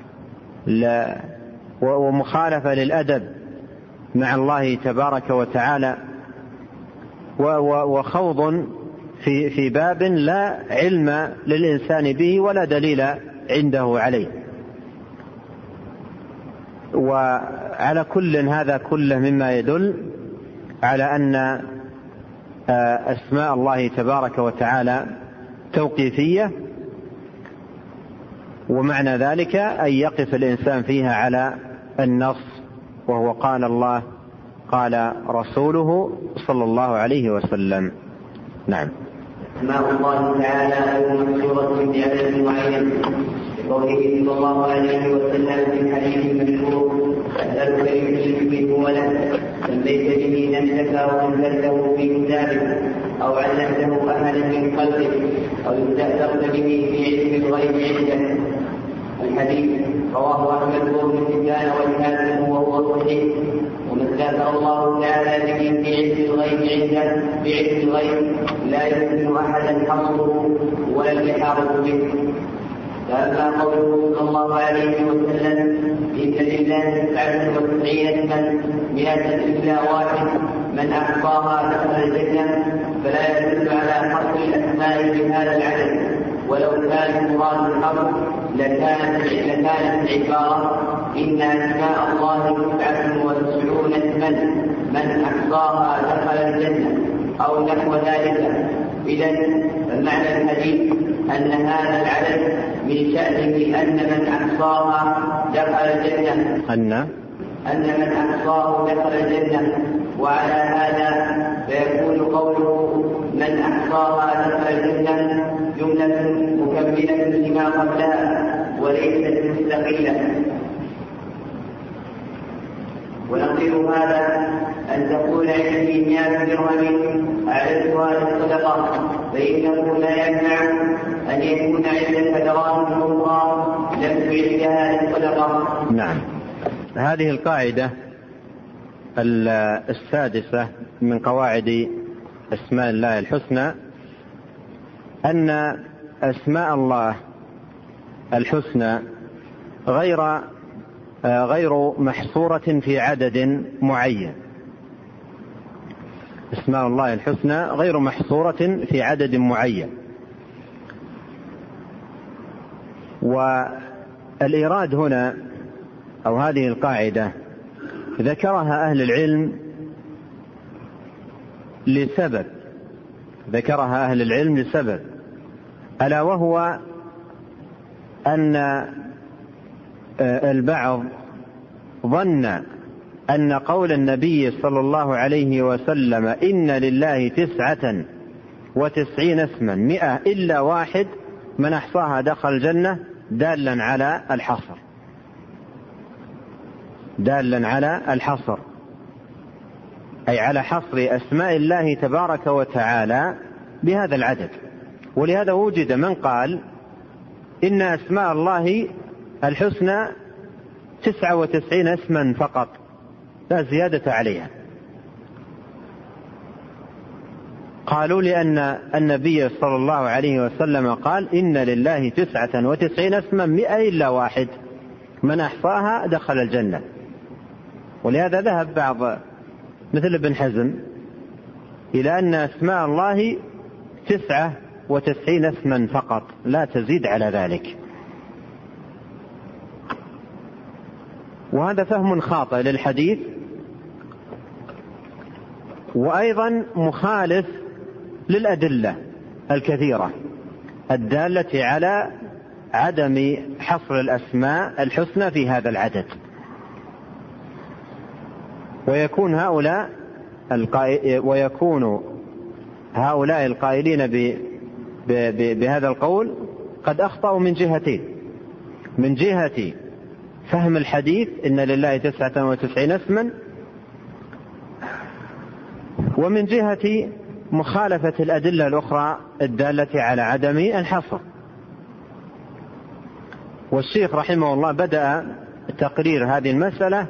ومخالفة للأدب مع الله تبارك وتعالى، وخوض في باب لا علم للإنسان به ولا دليل عنده عليه. وعلى كل هذا كله مما يدل على أن أسماء الله تبارك وتعالى توقيفية، ومعنى ذلك أن يقف الإنسان فيها على النص، وهو قال الله قال رسوله صلى الله عليه وسلم. نعم. أسماء الله تعالى مشهورة بعدد معين، قوله صلى الله عليه وسلم في الحديث المشهور: أسألك بكل هو لك سميت به نفسك وأنزلته في كتابك أو علمته أحدا من خلقك أو استأثرت به في علم الغيب عندك. الحديث رواه أحمد وابن حبان والحاكم وهو صحيح. وما استأثر الله تعالى به في علم الغيب عنده بعلم الغيب لا يمكن أحدا حصره ولا الإحاطة به. فأما قوله صلى الله عليه وسلم: إن لله 99 اسما 100 إلا واحد من أحصاها دخل الجنة، فلا يدل على حصر الأسماء بهذا العدد، ولو كان المراد الحصر لكانت العبارة: إن أسماء الله 99 اسما من أحصاها دخل الجنة أو نحو ذلك. إذن فمعنى الحديث أن هذا العدد من شأنه أن من أحصاها دخل الجنة، أن من أحصاه دخل الجنة. وعلى هذا فيكون قوله من أحصاها دخل الجنة جملة مكملة لما قبلها وليست مستقلة. ونقول هذا أن تقول عندي 100 درهم أعددها للصدقة، فإنه لا يمنع أن يكون عندك دراهم أخرى لم تعدها للصدقة. نعم. هذه القاعدة السادسة من قواعد أسماء الله الحسنى أن أسماء الله الحسنى غير محصورة في عدد معين. أسماء الله الحسنى غير محصورة في عدد معين. والإيراد هنا أو هذه القاعدة ذكرها أهل العلم لسبب، ألا وهو أن البعض ظن أن قول النبي صلى الله عليه وسلم إن لله 99 اسما 100 إلا واحد من أحصاها دخل الجنة دالا على الحصر، أي على حصر أسماء الله تبارك وتعالى بهذا العدد. ولهذا وجد من قال إن أسماء الله الحسنى 99 اسما فقط لا زيادة عليها. قالوا لأن النبي صلى الله عليه وسلم قال إن لله 99 اسما 100 إلا واحد من أحصاها دخل الجنة. ولهذا ذهب بعض مثل ابن حزم إلى أن أسماء الله 99 اسما فقط لا تزيد على ذلك. وهذا فهم خاطئ للحديث، وأيضا مخالف للأدلة الكثيرة الدالة على عدم حصر الأسماء الحسنى في هذا العدد. ويكون هؤلاء القائلين بهذا القول قد أخطأوا من جهتين: من جهة فهم الحديث إن لله 99 اسما، ومن جهة مخالفة الأدلة الأخرى الدالة على عدم الحصر. والشيخ رحمه الله بدأ تقرير هذه المسألة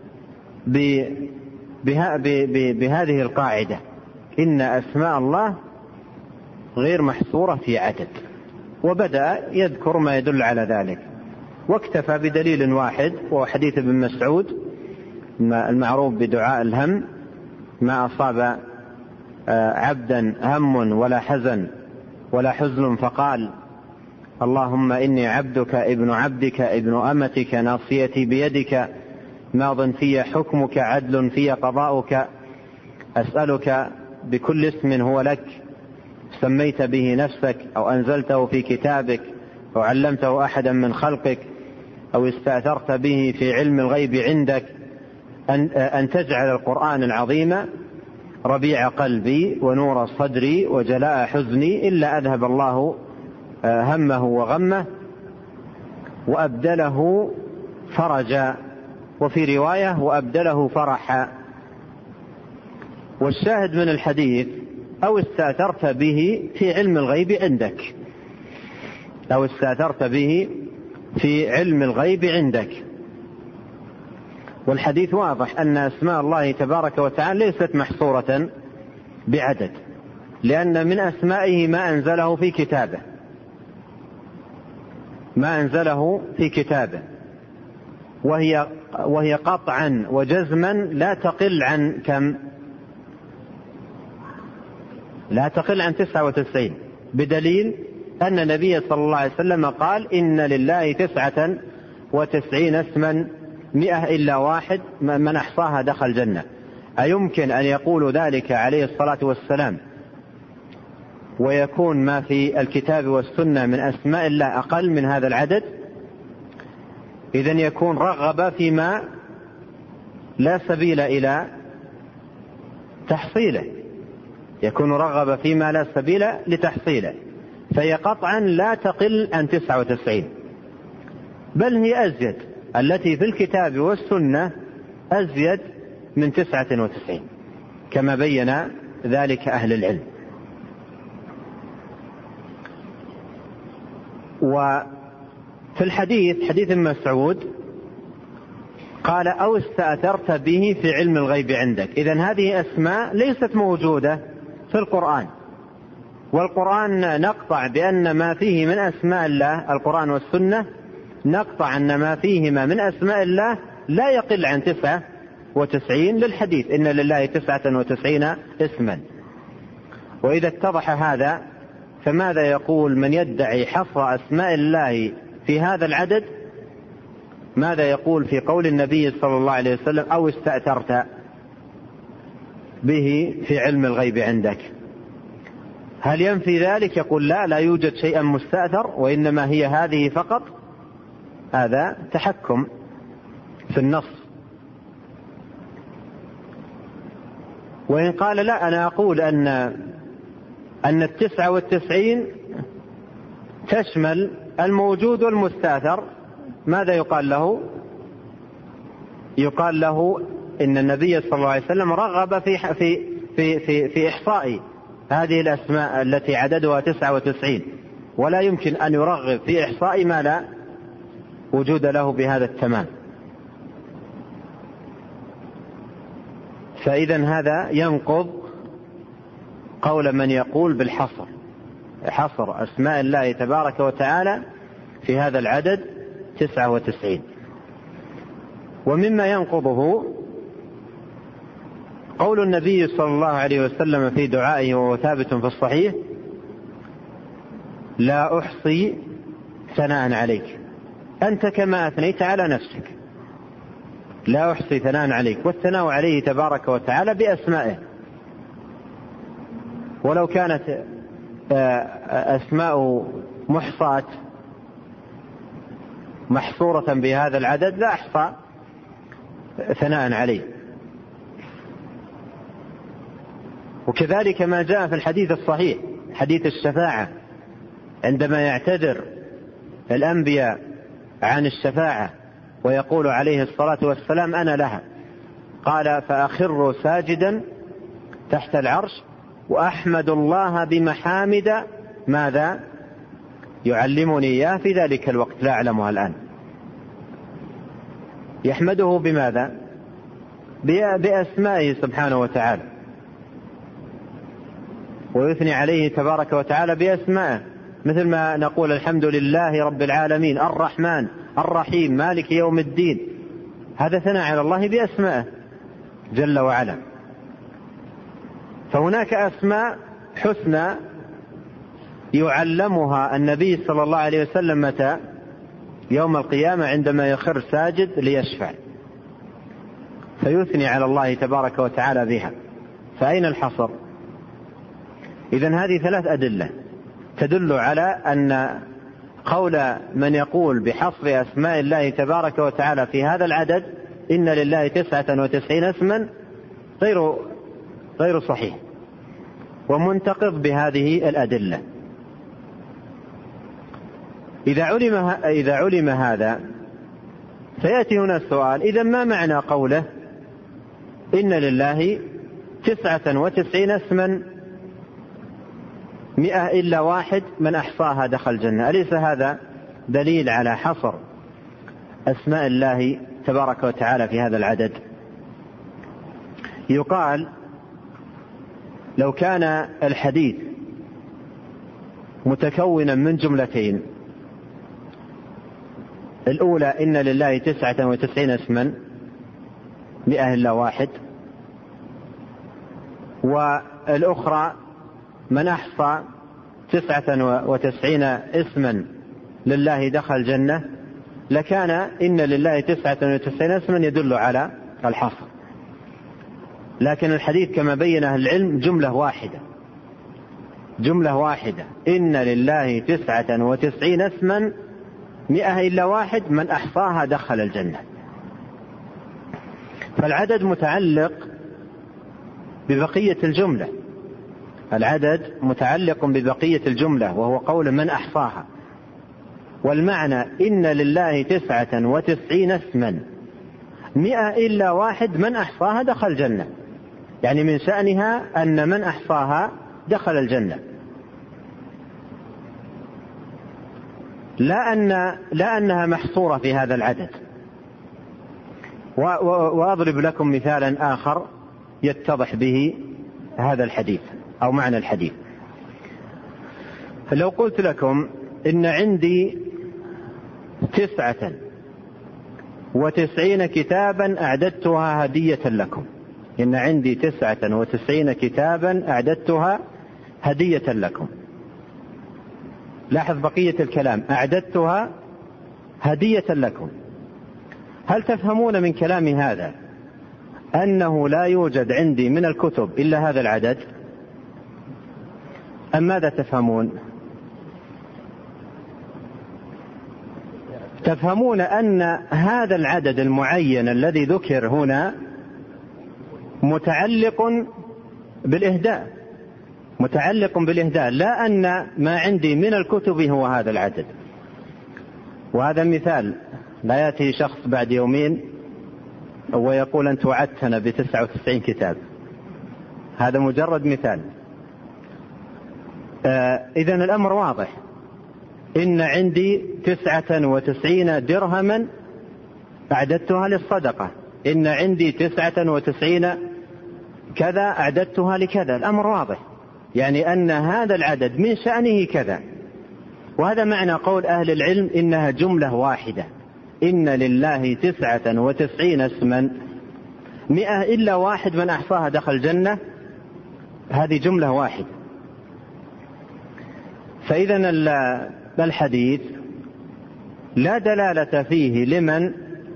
بهذه القاعدة: إن أسماء الله غير محصورة في عدد، وبدأ يذكر ما يدل على ذلك، واكتفى بدليل واحد وهو حديث ابن مسعود المعروف بدعاء الهم: ما أصاب عبدا هم ولا حزن ولا حزن فقال اللهم إني عبدك ابن عبدك ابن أمتك ناصيتي بيدك ماض في حكمك عدل في قضاؤك أسألك بكل اسم هو لك سميت به نفسك أو أنزلته في كتابك أو علمته أحدا من خلقك أو استأثرت به في علم الغيب عندك أن تجعل القرآن العظيم ربيع قلبي ونور صدري وجلاء حزني إلا أذهب الله همه وغمه وأبدله فرجا، وفي رواية وأبدله فرحا. والشاهد من الحديث: أو استأثرت به في علم الغيب عندك، أو استأثرت به في علم الغيب عندك. والحديث واضح أن أسماء الله تبارك وتعالى ليست محصورة بعدد، لأن من أسمائه ما أنزله في كتابه، ما أنزله في كتابه، وهي قطعا وجزما لا تقل عن كم؟ لا تقل عن 99، بدليل أن النبي صلى الله عليه وسلم قال: إن لله 99 اسما 100 إلا واحد من أحصاها دخل الجنة. أيمكن أن يقول ذلك عليه الصلاة والسلام ويكون ما في الكتاب والسنة من أسماء الله أقل من هذا العدد؟ إذن يكون رغب فيما لا سبيل إلى تحصيله، يكون رغب فيما لا سبيل لتحصيله، فهي قطعا لا تقل عن 99، بل هي أزيد، التي في الكتاب والسنة أزيد من 99 كما بين ذلك أهل العلم. وفي الحديث حديث ابن مسعود قال: أو استأثرت به في علم الغيب عندك. إذن هذه أسماء ليست موجودة في القرآن، والقرآن نقطع بأن ما فيه من أسماء الله، القرآن والسنة نقطع أن ما فيهما من أسماء الله لا يقل عن 99 للحديث: إن لله 99 اسما. وإذا اتضح هذا فماذا يقول من يدعي حصر أسماء الله في هذا العدد؟ ماذا يقول في قول النبي صلى الله عليه وسلم: أو استأثرت به في علم الغيب عندك؟ هل ينفي ذلك؟ يقول لا يوجد شيئا مستأثر وإنما هي هذه فقط؟ هذا تحكم في النص. وإن قال لا، أنا أقول أن 99 تشمل الموجود والمستأثر، ماذا يقال له؟ يقال له إن النبي صلى الله عليه وسلم رغب في إحصاء هذه الأسماء التي عددها 99، ولا يمكن أن يرغب في إحصاء ما لا وجود له بهذا التمام. فإذا هذا ينقض قول من يقول بالحصر، حصر أسماء الله تبارك وتعالى في هذا العدد 99. ومما ينقضه قول النبي صلى الله عليه وسلم في دعائه وهو ثابت في الصحيح: لا أحصي ثناء عليك أنت كما أثنيت على نفسك. لا أحصي ثناء عليك، والثناء عليه تبارك وتعالى بأسمائه. ولو كانت أسماء محصاة محصورة بهذا العدد لا أحصى ثناء عليه. وكذلك ما جاء في الحديث الصحيح حديث الشفاعة، عندما يعتذر الأنبياء عن الشفاعة ويقول عليه الصلاة والسلام: أنا لها، قال: فأخر ساجدا تحت العرش وأحمد الله بمحامد ماذا يعلمني إياه في ذلك الوقت لا أعلمها الآن. يحمده بماذا؟ بأسمائه سبحانه وتعالى، ويثني عليه تبارك وتعالى بأسمائه، مثل ما نقول الحمد لله رب العالمين الرحمن الرحيم مالك يوم الدين، هذا ثناء على الله بأسمائه جل وعلا. فهناك أسماء حسنى يعلمها النبي صلى الله عليه وسلم متى؟ يوم القيامة عندما يخر ساجد ليشفع، فيثني على الله تبارك وتعالى بها. فأين الحصر؟ إذن هذه 3 أدلة تدل على أن قول من يقول بحصر أسماء الله تبارك وتعالى في هذا العدد إن لله 99 اسما غير صحيح ومنتقض بهذه الأدلة. إذا علم هذا سيأتي هنا السؤال: إذا ما معنى قوله إن لله 99 اسما 100 إلا واحد من أحصاها دخل الجنة؟ أليس هذا دليل على حصر أسماء الله تبارك وتعالى في هذا العدد؟ يقال لو كان الحديث متكونا من جملتين، الأولى إن لله 99 اسما 100 إلا واحد، والأخرى من أحصى 99 اسما لله دخل الجنة، لكان إن لله 99 اسما يدل على الحصر. لكن الحديث كما بين أهل العلم جملة واحدة إن لله 99 اسما 100 إلا واحد من أحصاها دخل الجنة. فالعدد متعلق ببقية الجملة، العدد متعلق ببقية الجملة وهو قول من أحصاها. والمعنى إن لله 99 اسما 100 إلا واحد من أحصاها دخل الجنة، يعني من شأنها أن من أحصاها دخل الجنة، لا أنها محصورة في هذا العدد. وأضرب لكم مثالا آخر يتضح به هذا الحديث أو معنى الحديث. لو قلت لكم إن عندي 99 كتابا أعددتها هدية لكم، إن عندي 99 كتابا أعددتها هدية لكم، لاحظ بقية الكلام، أعددتها هدية لكم. هل تفهمون من كلام هذا أنه لا يوجد عندي من الكتب إلا هذا العدد، أم ماذا تفهمون؟ تفهمون أن هذا العدد المعين الذي ذكر هنا متعلق بالإهداء، لا أن ما عندي من الكتب هو هذا العدد. وهذا مثال، لا يأتي شخص بعد يومين ويقول أنت وعدتنا ب99 كتاب، هذا مجرد مثال. إذن الأمر واضح، إن عندي 99 درهما أعددتها للصدقة، إن عندي 99 كذا أعددتها لكذا، الأمر واضح، يعني أن هذا العدد من شأنه كذا. وهذا معنى قول أهل العلم إنها جملة واحدة، إن لله 99 اسما 100 إلا واحد من أحصاها دخل الجنة، هذه جملة واحدة. فإذن الحديث لا دلالة فيه لمن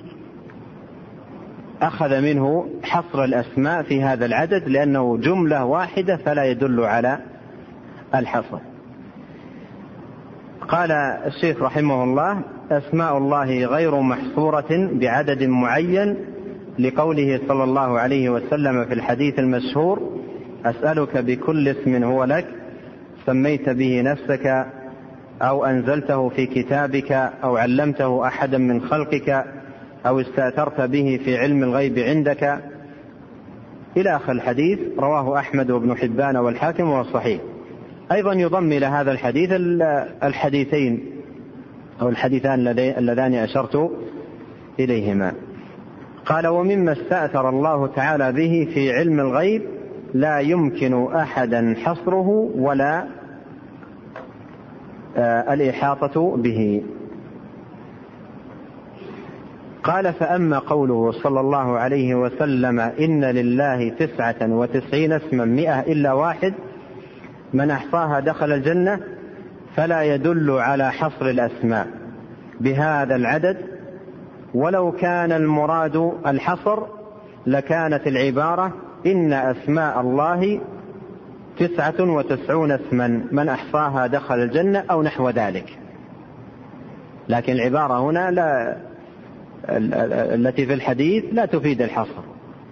أخذ منه حصر الأسماء في هذا العدد، لأنه جملة واحدة فلا يدل على الحصر. قال الشيخ رحمه الله: أسماء الله غير محصورة بعدد معين، لقوله صلى الله عليه وسلم في الحديث المشهور: أسألك بكل اسم هو لك سميت به نفسك أو أنزلته في كتابك أو علمته أحدا من خلقك أو استأثرت به في علم الغيب عندك إلى آخر الحديث. رواه أحمد وابن حبان والحاكم والصحيح. أيضا يضم إلى هذا الحديث الحديثين أو الحديثان اللذان أشرت إليهما. قال: ومما استأثر الله تعالى به في علم الغيب لا يمكن أحدا حصره ولا الإحاطة به. قال: فأما قوله صلى الله عليه وسلم: إن لله 99 اسما 100 إلا واحد من أحصاها دخل الجنة، فلا يدل على حصر الأسماء بهذا العدد، ولو كان المراد الحصر لكانت العبارة: إن أسماء الله 99 اسما من أحصاها دخل الجنة أو نحو ذلك. لكن العبارة هنا التي في الحديث لا تفيد الحصر.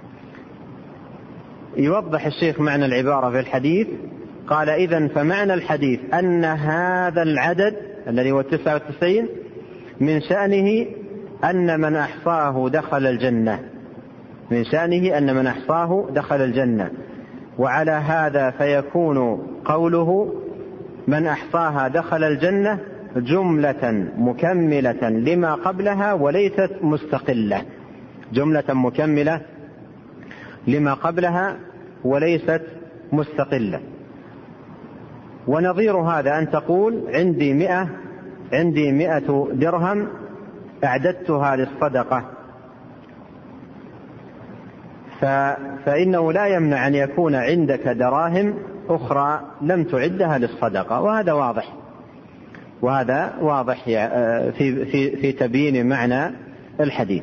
يوضح الشيخ معنى العبارة في الحديث. قال: إذن فمعنى الحديث أن هذا العدد الذي هو 99 من شأنه أن من أحصاه دخل الجنة، من شأنه أن من أحصاه دخل الجنة. وعلى هذا فيكون قوله من أحصاها دخل الجنة جملة مكملة لما قبلها وليست مستقلة، جملة مكملة لما قبلها وليست مستقلة. ونظير هذا أن تقول: عندي 100 درهم أعددتها للصدقة، فإنه لا يمنع أن يكون عندك دراهم أخرى لم تعدها للصدقة. وهذا واضح في تبيين معنى الحديث.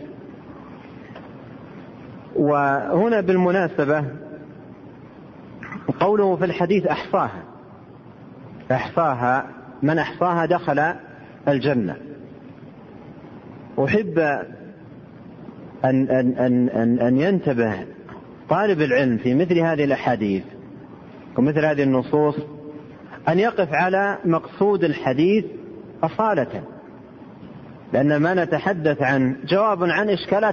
وهنا بالمناسبة قوله في الحديث أحصاها من أحصاها دخل الجنة. أحب أن ينتبه طالب العلم في مثل هذه الأحاديث ومثل هذه النصوص أن يقف على مقصود الحديث أصالة، لأن ما نتحدث عن جواب عن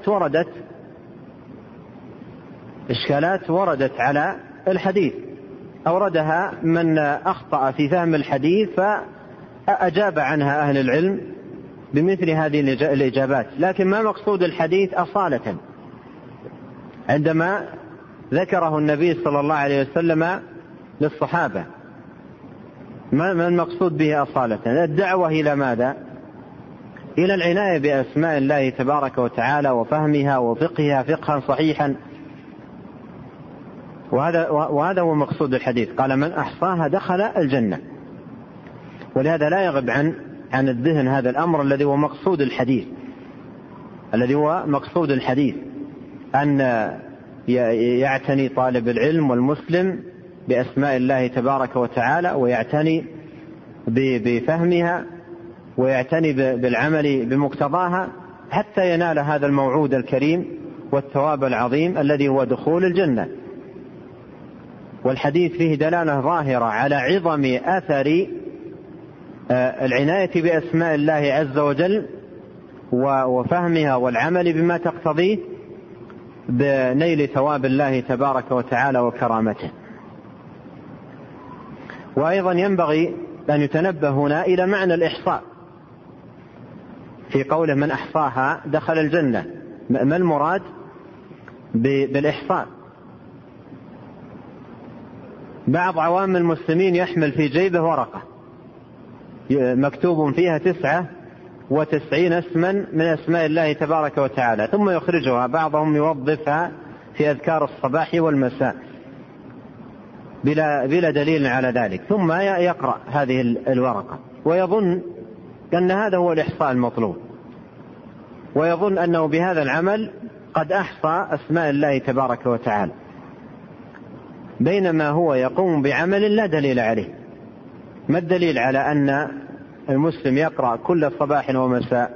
إشكالات وردت على الحديث، أوردها من أخطأ في فهم الحديث فأجاب عنها أهل العلم بمثل هذه الإجابات. لكن ما مقصود الحديث أصالة عندما ذكره النبي صلى الله عليه وسلم للصحابة؟ ما المقصود به أصالة؟ الدعوة إلى ماذا؟ إلى العناية بأسماء الله تبارك وتعالى وفهمها وفقهها فقها صحيحا. وهذا هو مقصود الحديث. قال: من أحصاها دخل الجنة. ولهذا لا يغب عن الذهن هذا الأمر الذي هو مقصود الحديث، أن يعتني طالب العلم والمسلم بأسماء الله تبارك وتعالى، ويعتني بفهمها، ويعتني بالعمل بمقتضاها، حتى ينال هذا الموعود الكريم والثواب العظيم الذي هو دخول الجنة. والحديث فيه دلالة ظاهرة على عظم أثر العناية بأسماء الله عز وجل وفهمها والعمل بما تقتضيه بنيل ثواب الله تبارك وتعالى وكرامته. وأيضا ينبغي أن يتنبه هنا إلى معنى الإحصاء في قوله من أحصاها دخل الجنة. ما المراد بالإحصاء؟ بعض عوام المسلمين يحمل في جيبه ورقة مكتوب فيها 99 اسما من أسماء الله تبارك وتعالى، ثم يخرجها. بعضهم يوظفها في أذكار الصباح والمساء بلا دليل على ذلك، ثم يقرأ هذه الورقة ويظن أن هذا هو الإحصاء المطلوب، ويظن أنه بهذا العمل قد أحصى أسماء الله تبارك وتعالى، بينما هو يقوم بعمل لا دليل عليه. ما الدليل على أن المسلم يقرأ كل صباح ومساء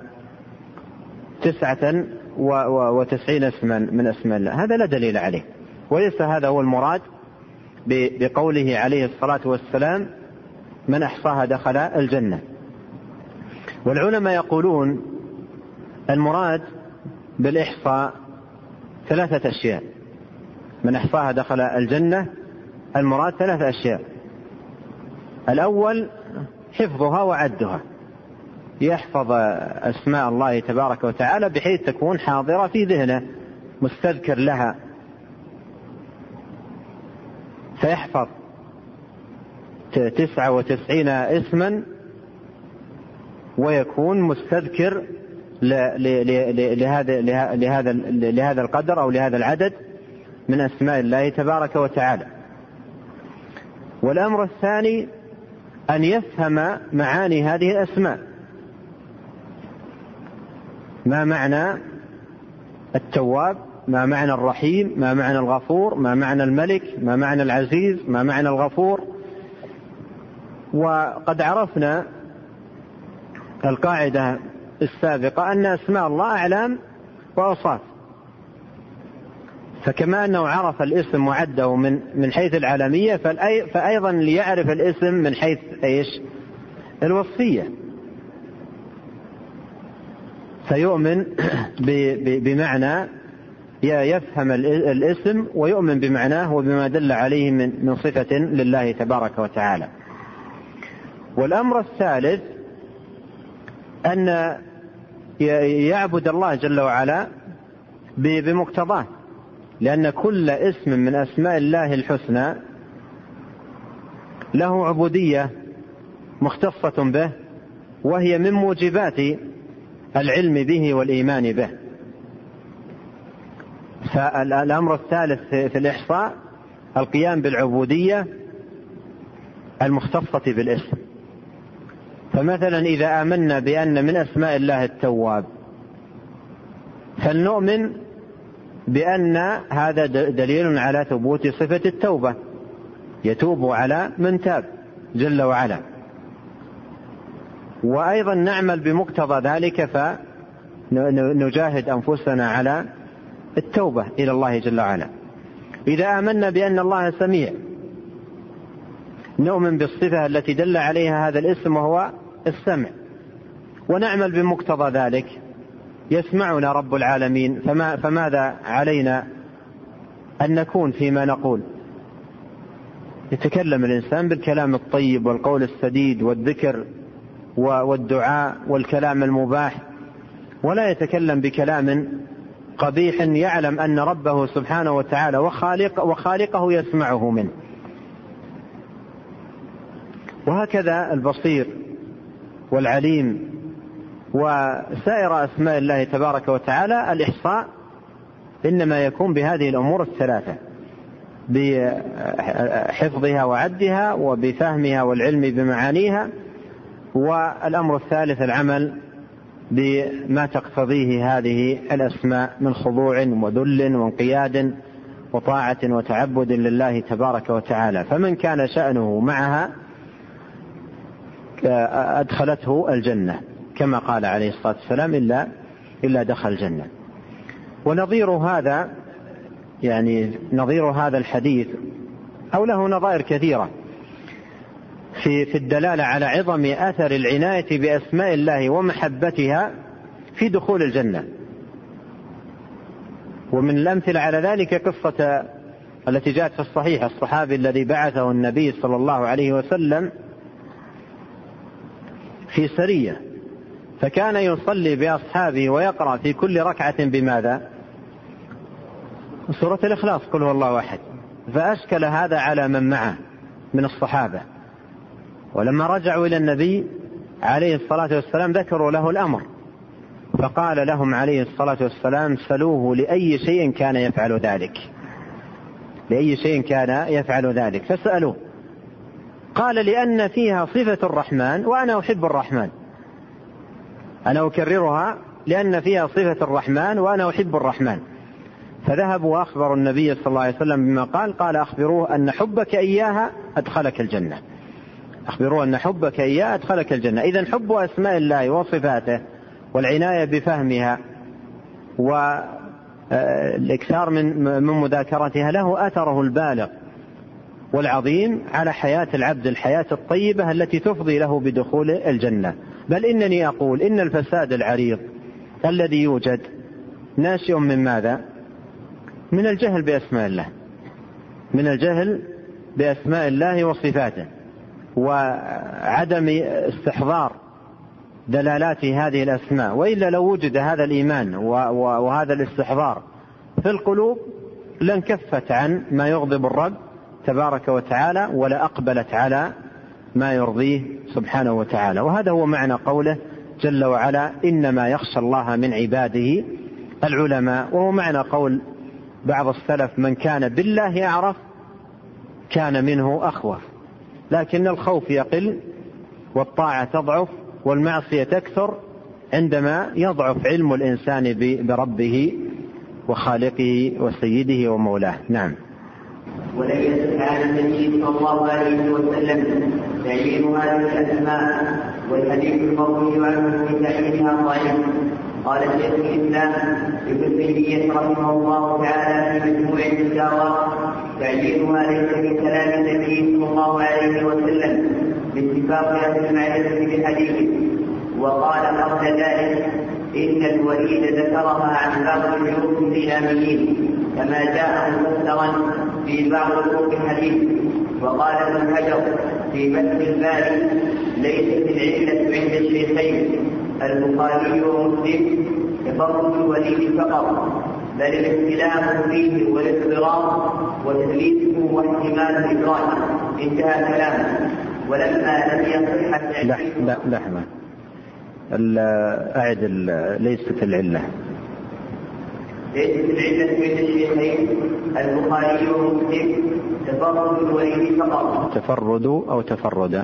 99 اسما من أسماء الله؟ هذا لا دليل عليه، وليس هذا هو المراد بقوله عليه الصلاة والسلام من أحصاها دخل الجنة. والعلماء يقولون المراد بالإحصاء 3 أشياء. من أحصاها دخل الجنة، المراد 3 أشياء. الأول حفظها وعدها، يحفظ أسماء الله تبارك وتعالى بحيث تكون حاضرة في ذهنه مستذكر لها، فيحفظ 99 اسما ويكون مستذكر لهذا القدر أو لهذا العدد من أسماء الله تبارك وتعالى. والأمر الثاني أن يفهم معاني هذه الأسماء، ما معنى التواب، ما معنى الرحيم، ما معنى الغفور، ما معنى الملك، ما معنى العزيز، ما معنى الغفور. وقد عرفنا القاعدة السابقة أن أسماء الله أعلام وأوصاف، فكما أنه عرف الاسم وعده من حيث العالمية، فأيضا ليعرف الاسم من حيث الوصفية، فيؤمن بمعنى يفهم الاسم ويؤمن بمعناه وبما دل عليه من صفة لله تبارك وتعالى. والأمر الثالث أن يعبد الله جل وعلا بمقتضاه، لأن كل اسم من أسماء الله الحسنى له عبودية مختصة به، وهي من موجبات العلم به والإيمان به. فالأمر الثالث في الإحصاء القيام بالعبودية المختصة بالاسم. فمثلا إذا آمنا بأن من أسماء الله التواب، فلنؤمن بأن هذا دليل على ثبوت صفة التوبة، يتوب على من تاب جل وعلا. وأيضا نعمل بمقتضى ذلك فنجاهد أنفسنا على التوبة إلى الله جل وعلا. إذا آمنا بأن الله سميع، نؤمن بالصفة التي دل عليها هذا الاسم وهو السمع، ونعمل بمقتضى ذلك، يسمعنا رب العالمين، فماذا علينا أن نكون فيما نقول؟ يتكلم الإنسان بالكلام الطيب والقول السديد والذكر والدعاء والكلام المباح، ولا يتكلم بكلام قبيح يعلم أن ربه سبحانه وتعالى وخالقه يسمعه منه. وهكذا البصير والعليم وسائر أسماء الله تبارك وتعالى. الإحصاء إنما يكون بهذه الأمور الثلاثة، بحفظها وعدها وبفهمها والعلم بمعانيها. والأمر الثالث العمل بما تقتضيه هذه الأسماء من خضوع وذل وانقياد وطاعة وتعبد لله تبارك وتعالى. فمن كان شأنه معها أدخلته الجنة، كما قال عليه الصلاة والسلام إلا دخل الجنة. ونظير هذا نظير هذا الحديث أو له نظائر كثيرة في الدلالة على عظم أثر العناية بأسماء الله ومحبتها في دخول الجنة. ومن الأمثلة على ذلك قصة التي جاءت في الصحيح، الصحابي الذي بعثه النبي صلى الله عليه وسلم في سرية، فكان يصلي بأصحابه ويقرأ في كل ركعة بماذا؟ سورة الإخلاص، قل هو الله أحد. فأشكل هذا على من معه من الصحابة، ولما رجعوا إلى النبي عليه الصلاة والسلام ذكروا له الأمر، فقال لهم عليه الصلاة والسلام: سلوه لأي شيء كان يفعل ذلك، لأي شيء كان يفعل ذلك. فسألوه، قال: لأن فيها صفة الرحمن وأنا أحب الرحمن. أنا أكررها: لأن فيها صفة الرحمن وأنا أحب الرحمن. فذهبوا وأخبروا النبي صلى الله عليه وسلم بما قال: أخبروه أن حبك إياها أدخلك الجنة. أخبروه أن حبك إياها أدخلك الجنة. إذن حب أسماء الله وصفاته والعناية بفهمها والإكثار من مذاكرتها له أثره البالغ والعظيم على حياة العبد، الحياة الطيبة التي تفضي له بدخول الجنة. بل إنني أقول إن الفساد العريض الذي يوجد ناشئ من ماذا؟ من الجهل بأسماء الله. من الجهل بأسماء الله وصفاته وعدم استحضار دلالات هذه الأسماء. وإلا لو وجد هذا الإيمان وهذا الاستحضار في القلوب لانكفت عن ما يغضب الرب تبارك وتعالى ولا أقبلت على ما يرضيه سبحانه وتعالى. وهذا هو معنى قوله جل وعلا إنما يخشى الله من عباده العلماء. وهو معنى قول بعض السلف من كان بالله أعرف كان منه أخوف. لكن الخوف يقل والطاعة تضعف والمعصية تكثر عندما يضعف علم الإنسان بربه وخالقه وسيده ومولاه. نعم. وليس عن النبي صلى الله عليه وسلم تعيين هذه الأسماء، والحديث المروي عنه في تعيينها ضعيف. قال شيخ الإسلام ابن تيمية رحمه الله تعالى في مجموع الفتاوى تعيينها ليس من كلام النبي صلى الله عليه وسلم باتفاق أهل المعرفة بحديثه. وقال قبل ذلك إن الوليد ذكرها عن بعض الحروف الشاميين كما جاء مفسرا في بعض حروف الحديث. وقال ابن حجر في فتح الباري ليست العلة عند الشيخين البخاري ومسلم تفرد الوليد فقط، بل الاختلاف فيه والاضطراب وتدليسه واحتمال الإدراك. انتهى كلامه. ولما لم يصح لحظة أعد ليست العلة عند الشيخين البخاري ومسلم تفرد الوليد فقط. تفرد أو تفرد؟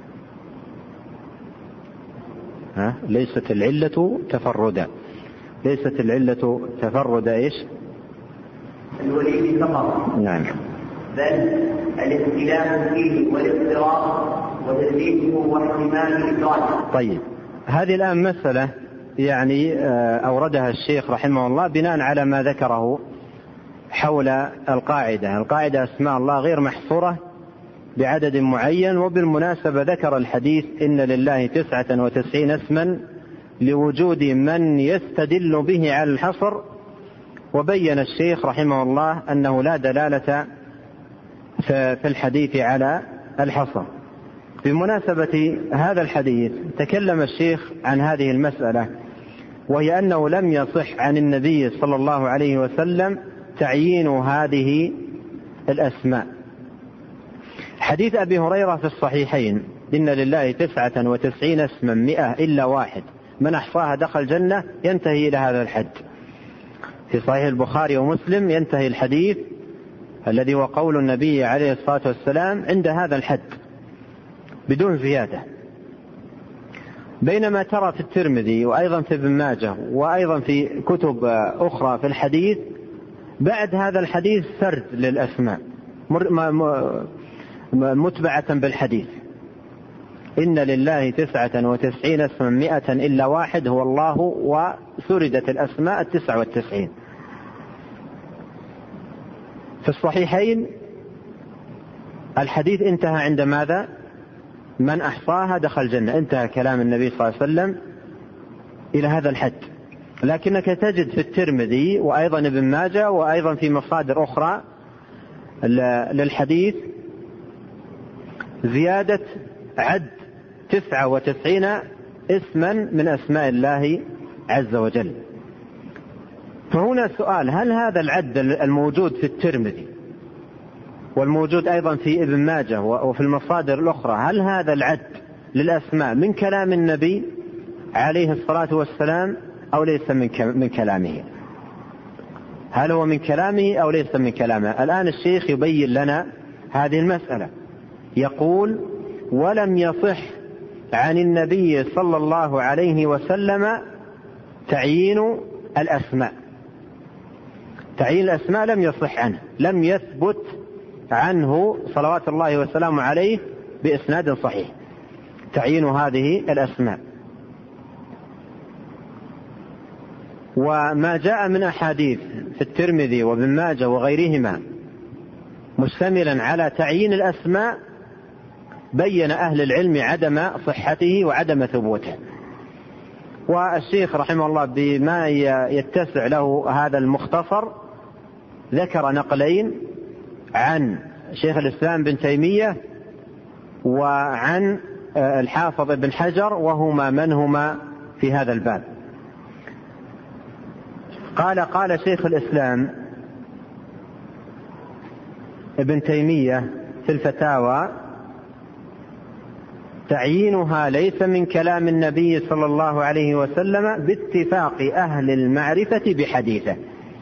ليست العلة تفردا. ليست العلة تفرد إيش؟ الوليد فقط. نعم. بل الاختلاف فيه والاضطراب وتدليسه واحتمال الإدراك. طيب، هذه الآن مسألة يعني أوردها الشيخ رحمه الله بناء على ما ذكره حول القاعدة أسماء الله غير محصورة بعدد معين. وبالمناسبة ذكر الحديث إن لله 99 اسما لوجود من يستدل به على الحصر. وبين الشيخ رحمه الله أنه لا دلالة في الحديث على الحصر. بمناسبة هذا الحديث تكلم الشيخ عن هذه المسألة، وهي أنه لم يصح عن النبي صلى الله عليه وسلم تعيين هذه الأسماء. حديث أبي هريرة في الصحيحين إن لله 99 اسما 100 إلا واحد من أحصاها دخل الجنة ينتهي إلى هذا الحد. في صحيح البخاري ومسلم ينتهي الحديث الذي هو قول النبي عليه الصلاة والسلام عند هذا الحد بدون زيادة. بينما ترى في الترمذي وأيضا في ابن ماجه وأيضا في كتب أخرى في الحديث بعد هذا الحديث سرد للأسماء متبعة بالحديث إن لله 99 اسما 100 إلا واحد هو الله، وسردت الأسماء 99. في الصحيحين الحديث انتهى عند ماذا؟ من أحصاها دخل الجنة. انتهى كلام النبي صلى الله عليه وسلم إلى هذا الحد. لكنك تجد في الترمذي وأيضا ابن ماجه وأيضا في مصادر أخرى للحديث زيادة عد 99 اسما من أسماء الله عز وجل. فهنا سؤال: هل هذا العد الموجود في الترمذي والموجود أيضا في ابن ماجه وفي المصادر الأخرى، هل هذا العد للأسماء من كلام النبي عليه الصلاة والسلام أو ليس من كلامه؟ هل هو من كلامه أو ليس من كلامه؟ الآن الشيخ يبين لنا هذه المسألة. يقول: ولم يصح عن النبي صلى الله عليه وسلم تعيين الأسماء. تعيين الأسماء لم يصح عنه، لم يثبت عنه صلوات الله وسلامه عليه بإسناد صحيح تعيين هذه الأسماء. وما جاء من أحاديث في الترمذي وابن ماجه وغيرهما مشتملا على تعيين الأسماء بين أهل العلم عدم صحته وعدم ثبوته. والشيخ رحمه الله بما يتسع له هذا المختصر ذكر نقلين عن شيخ الإسلام بن تيمية وعن الحافظ ابن حجر، وهما من هما في هذا الباب. قال شيخ الإسلام ابن تيمية في الفتاوى: تعيينها ليس من كلام النبي صلى الله عليه وسلم باتفاق أهل المعرفة بحديثه.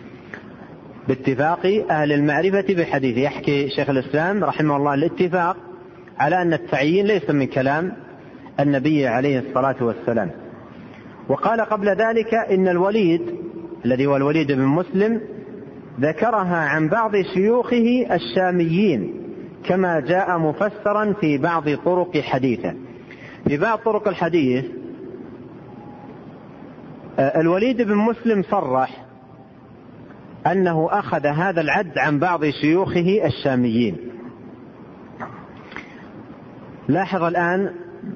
باتفاق أهل المعرفة بحديثه. يحكي شيخ الإسلام رحمه الله الاتفاق على أن التعيين ليس من كلام النبي عليه الصلاة والسلام. وقال قبل ذلك إن الوليد الذي هو الوليد بن مسلم ذكرها عن بعض شيوخه الشاميين كما جاء مفسرا في بعض طرق حديثه. في بعض طرق الحديث الوليد بن مسلم صرح أنه أخذ هذا العد عن بعض شيوخه الشاميين. لاحظ الآن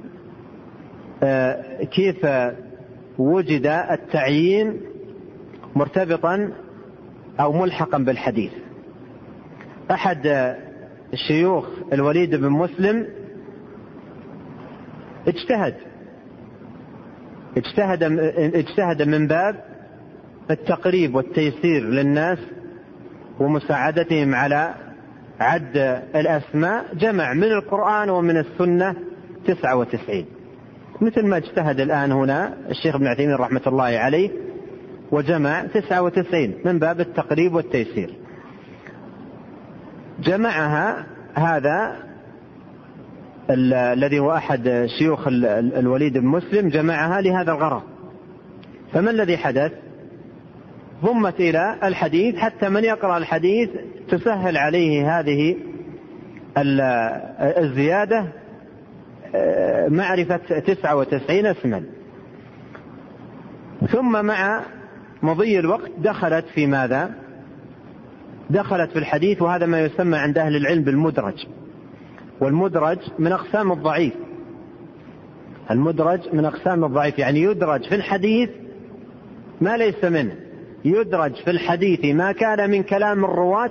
كيف وجد التعيين مرتبطا أو ملحقا بالحديث. أحد الشيوخ الوليد بن مسلم اجتهد من باب التقريب والتيسير للناس ومساعدتهم على عد الأسماء، جمع من القرآن ومن السنة 99، مثل ما اجتهد الآن هنا الشيخ ابن عثيمين رحمة الله عليه وجمع 99 من باب التقريب والتيسير. جمعها هذا الذي هو أحد شيوخ الوليد بن مسلم، جمعها لهذا الغرض. فما الذي حدث؟ ضمت إلى الحديث حتى من يقرأ الحديث تسهل عليه هذه الزيادة معرفة 99 اسما. ثم مع مضي الوقت دخلت في ماذا؟ دخلت في الحديث، وهذا ما يسمى عند أهل العلم بالمدرج. والمدرج من أقسام الضعيف. المدرج من أقسام الضعيف، يعني يدرج في الحديث ما ليس منه، يدرج في الحديث ما كان من كلام الرواة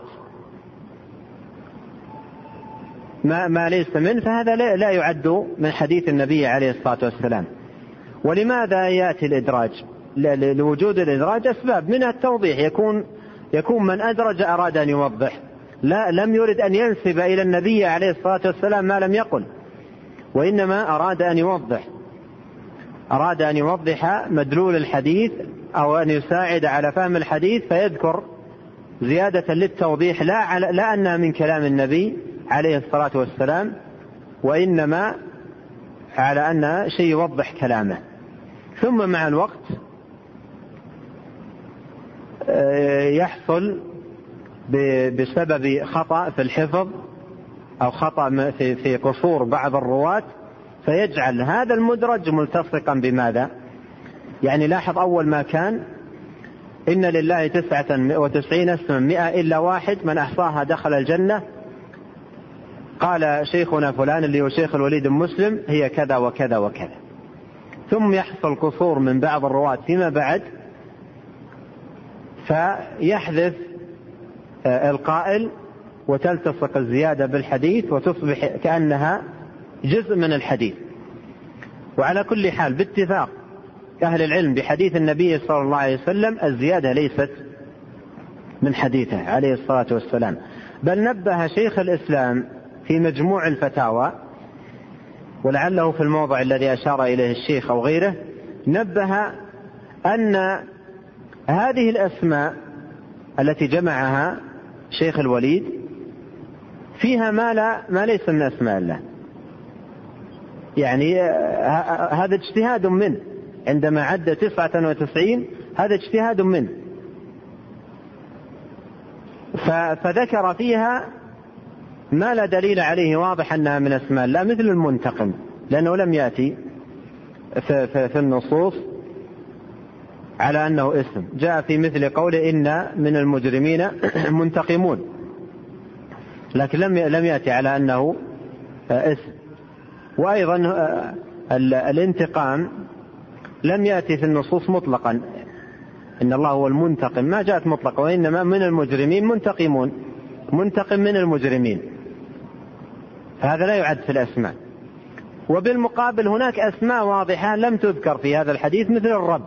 ما ليس منه، فهذا لا يعد من حديث النبي عليه الصلاة والسلام. ولماذا يأتي الإدراج؟ لوجود الإدراج أسباب، منها التوضيح، يكون من أدرج أراد أن يوضح، لم يرد أن ينسب إلى النبي عليه الصلاة والسلام ما لم يقل، وإنما أراد أن يوضح مدلول الحديث أو أن يساعد على فهم الحديث، فيذكر زيادة للتوضيح لا أنها من كلام النبي عليه الصلاة والسلام، وإنما على أن شيء يوضح كلامه. ثم مع الوقت يحصل بسبب خطأ في الحفظ أو خطأ في قصور بعض الرواة، فيجعل هذا المدرج ملتصقا بماذا؟ يعني لاحظ أول ما كان إن لله 99 اسما 100 إلا واحد من أحصاها دخل الجنة، قال شيخنا فلان اللي هو شيخ الوليد بن مسلم هي كذا وكذا وكذا. ثم يحصل قصور من بعض الرواة فيما بعد، فيحذف القائل وتلتصق الزيادة بالحديث وتصبح كأنها جزء من الحديث. وعلى كل حال باتفاق أهل العلم بحديث النبي صلى الله عليه وسلم الزيادة ليست من حديثه عليه الصلاة والسلام. بل نبه شيخ الإسلام في مجموع الفتاوى، ولعله في الموضع الذي أشار إليه الشيخ أو غيره، نبه أن هذه الأسماء التي جمعها شيخ الوليد فيها ما ليس من أسماء الله، يعني هذا اجتهاد منه عندما عد 99، هذا اجتهاد منه، فذكر فيها ما لا دليل عليه واضح أنها من أسماء الله، مثل المنتقم، لأنه لم يأتي في النصوص على أنه اسم. جاء في مثل قوله إن من المجرمين منتقمون، لكن لم يأتي على أنه اسم. وأيضا الانتقام لم يأتي في النصوص مطلقا، إن الله هو المنتقم، ما جاءت مطلقا، وإنما من المجرمين منتقمون، منتقم من المجرمين، فهذا لا يعد في الأسماء. وبالمقابل هناك أسماء واضحة لم تذكر في هذا الحديث مثل الرب،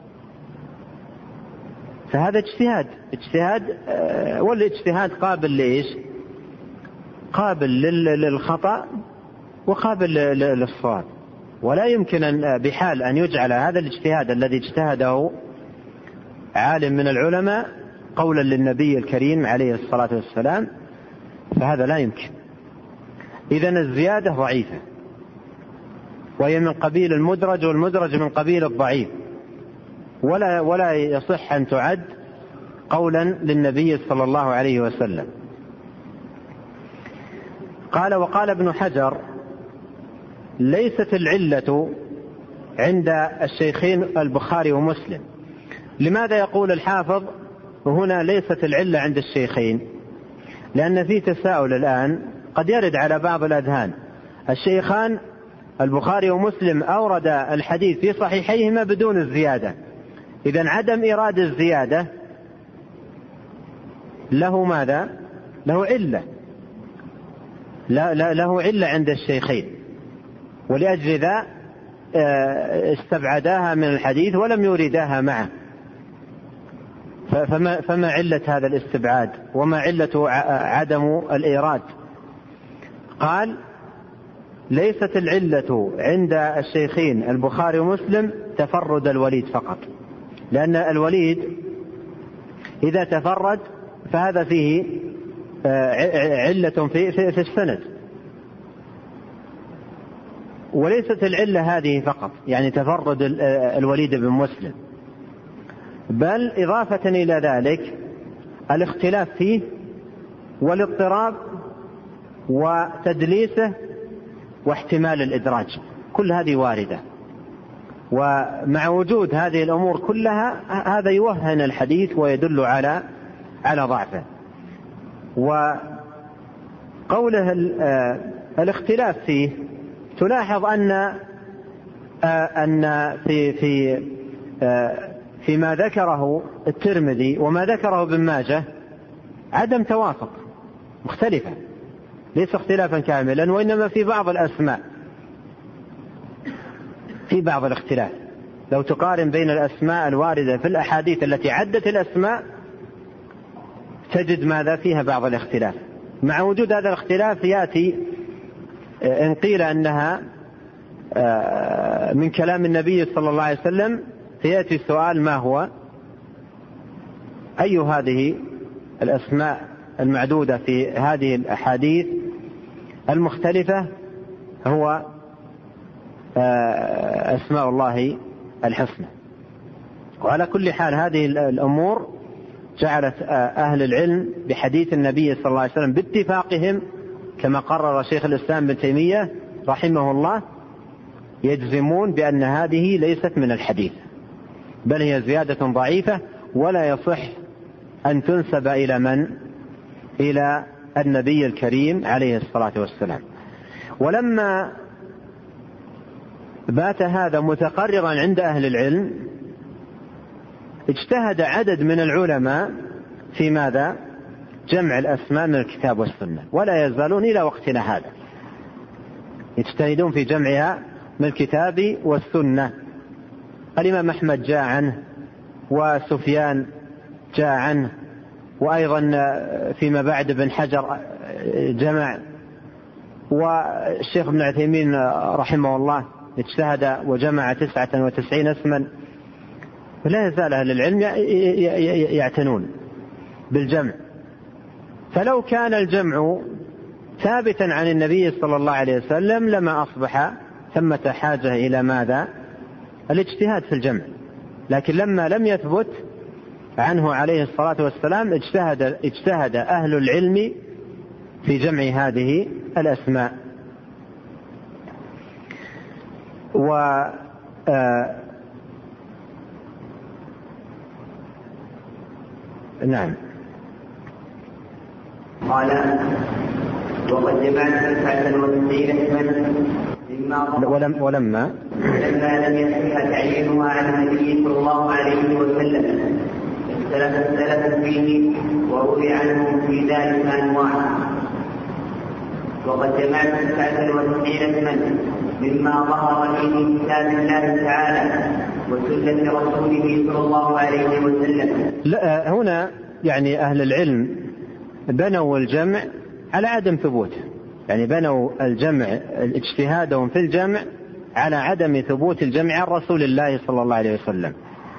فهذا اجتهاد والاجتهاد قابل لإيش؟ قابل للخطأ وقابل للصواب، ولا يمكن بحال أن يجعل هذا الاجتهاد الذي اجتهده عالم من العلماء قولا للنبي الكريم عليه الصلاة والسلام، فهذا لا يمكن. إذن الزيادة ضعيفة، وهي من قبيل المدرج، والمدرج من قبيل الضعيف، ولا يصح أن تعد قولا للنبي صلى الله عليه وسلم. وقال ابن حجر: ليست العلة عند الشيخين البخاري ومسلم. لماذا يقول الحافظ هنا ليست العلة عند الشيخين؟ لأن في تساؤل الآن قد يرد على بعض الأذهان. الشيخان البخاري ومسلم أورد الحديث في صحيحيهما بدون الزيادة، إذن عدم إيراد الزيادة له ماذا؟ له علة، له علة عند الشيخين، ولأجل ذا استبعداها من الحديث ولم يورداها معه. فما علة هذا الاستبعاد وما علة عدم الإيراد؟ قال: ليست العلة عند الشيخين البخاري ومسلم تفرد الوليد فقط، لأن الوليد إذا تفرد فهذا فيه علة في السند، وليست العلة هذه فقط، يعني تفرد الوليد بن مسلم، بل إضافة إلى ذلك الاختلاف فيه والاضطراب وتدليسه واحتمال الإدراج، كل هذه واردة. ومع وجود هذه الأمور كلها هذا يوهن الحديث ويدل على ضعفه. وقوله الاختلاف فيه، تلاحظ أن في ما ذكره الترمذي وما ذكره ابن ماجه عدم توافق، مختلفة، ليس اختلافا كاملا، وإنما في بعض الأسماء في بعض الاختلاف. لو تقارن بين الأسماء الواردة في الأحاديث التي عدت الأسماء تجد ماذا فيها بعض الاختلاف. مع وجود هذا الاختلاف يأتي إن قيل أنها من كلام النبي صلى الله عليه وسلم، فيأتي السؤال: ما هو أي هذه الأسماء المعدودة في هذه الأحاديث المختلفة هو أسماء الله الحسنى؟ وعلى كل حال هذه الأمور جعلت أهل العلم بحديث النبي صلى الله عليه وسلم باتفاقهم، كما قرر شيخ الإسلام ابن تيمية رحمه الله، يجزمون بأن هذه ليست من الحديث، بل هي زيادة ضعيفة ولا يصح أن تنسب إلى من؟ إلى النبي الكريم عليه الصلاة والسلام. ولما بات هذا متقررا عند أهل العلم، اجتهد عدد من العلماء في ماذا؟ جمع الأسماء من الكتاب والسنة، ولا يزالون إلى وقتنا هذا يجتهدون في جمعها من الكتاب والسنة. الإمام أحمد جاء عنه، وسفيان جاء عنه، وأيضا فيما بعد ابن حجر جمع، والشيخ ابن عثيمين رحمه الله اجتهد وجمع 99 اسما. فلا يزال أهل العلم يعتنون بالجمع. فلو كان الجمع ثابتا عن النبي صلى الله عليه وسلم لما أصبح ثمة حاجة إلى ماذا؟ الاجتهاد في الجمع. لكن لما لم يثبت عنه عليه الصلاة والسلام اجتهد أهل العلم في جمع هذه الأسماء. نعم. قال: وقد جمعت 99 اسما ولما لم يصح تعيينها عن النبي صلى الله عليه وسلم اختلف فيه، وهو وروي عنهم في ذلك أنواع. وقد جمعت 99 اسما مما ظهر لي من كتاب الله تعالى وسنة رسوله صلى الله عليه وسلم. لا، هنا يعني أهل العلم بنوا الجمع على عدم ثبوته، يعني بنوا الجمع اجتهادهم في الجمع على عدم ثبوت الجمع عن رسول الله صلى الله عليه وسلم.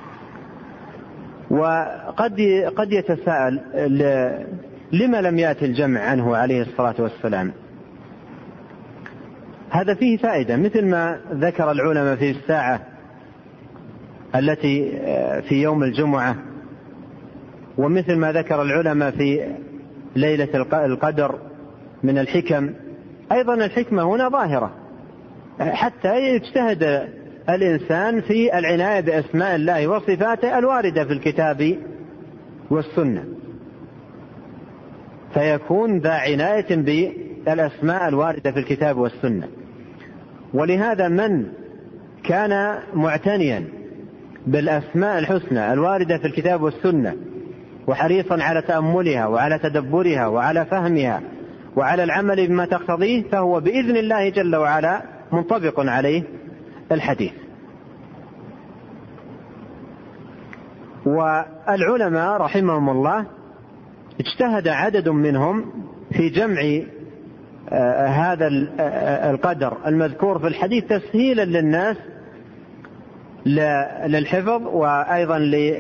وقد يتساءل لما لم يأتي الجمع عنه عليه الصلاة والسلام. هذا فيه فائدة، مثل ما ذكر العلماء في الساعة التي في يوم الجمعة، ومثل ما ذكر العلماء في ليلة القدر من الحكم. أيضا الحكمة هنا ظاهرة حتى يجتهد الإنسان في العناية بأسماء الله وصفاته الواردة في الكتاب والسنة، فيكون ذا عناية بالأسماء الواردة في الكتاب والسنة. ولهذا من كان معتنيا بالأسماء الحسنى الواردة في الكتاب والسنة وحريصا على تأملها وعلى تدبرها وعلى فهمها وعلى العمل بما تقتضيه، فهو بإذن الله جل وعلا منطبق عليه الحديث. والعلماء رحمهم الله اجتهد عدد منهم في جمع هذا القدر المذكور في الحديث تسهيلا للناس للحفظ وأيضا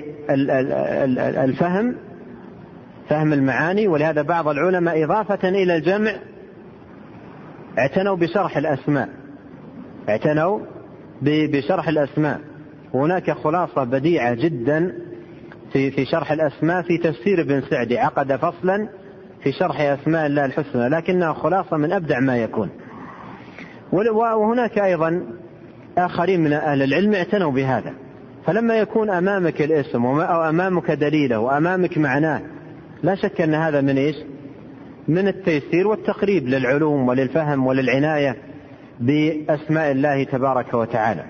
للفهم، فهم المعاني. ولهذا بعض العلماء إضافة إلى الجمع اعتنوا بشرح الأسماء، اعتنوا بشرح الأسماء. هناك خلاصة بديعة جدا في شرح الأسماء في تفسير ابن سعدي، عقد فصلا في شرح أسماء الله الحسنى، لكنها خلاصة من أبدع ما يكون. وهناك أيضا آخرين من أهل العلم اعتنوا بهذا. فلما يكون أمامك الاسم أو أمامك دليله وأمامك معناه، لا شك أن هذا من إيش؟ من التيسير والتقريب للعلوم وللفهم وللعناية بأسماء الله تبارك وتعالى.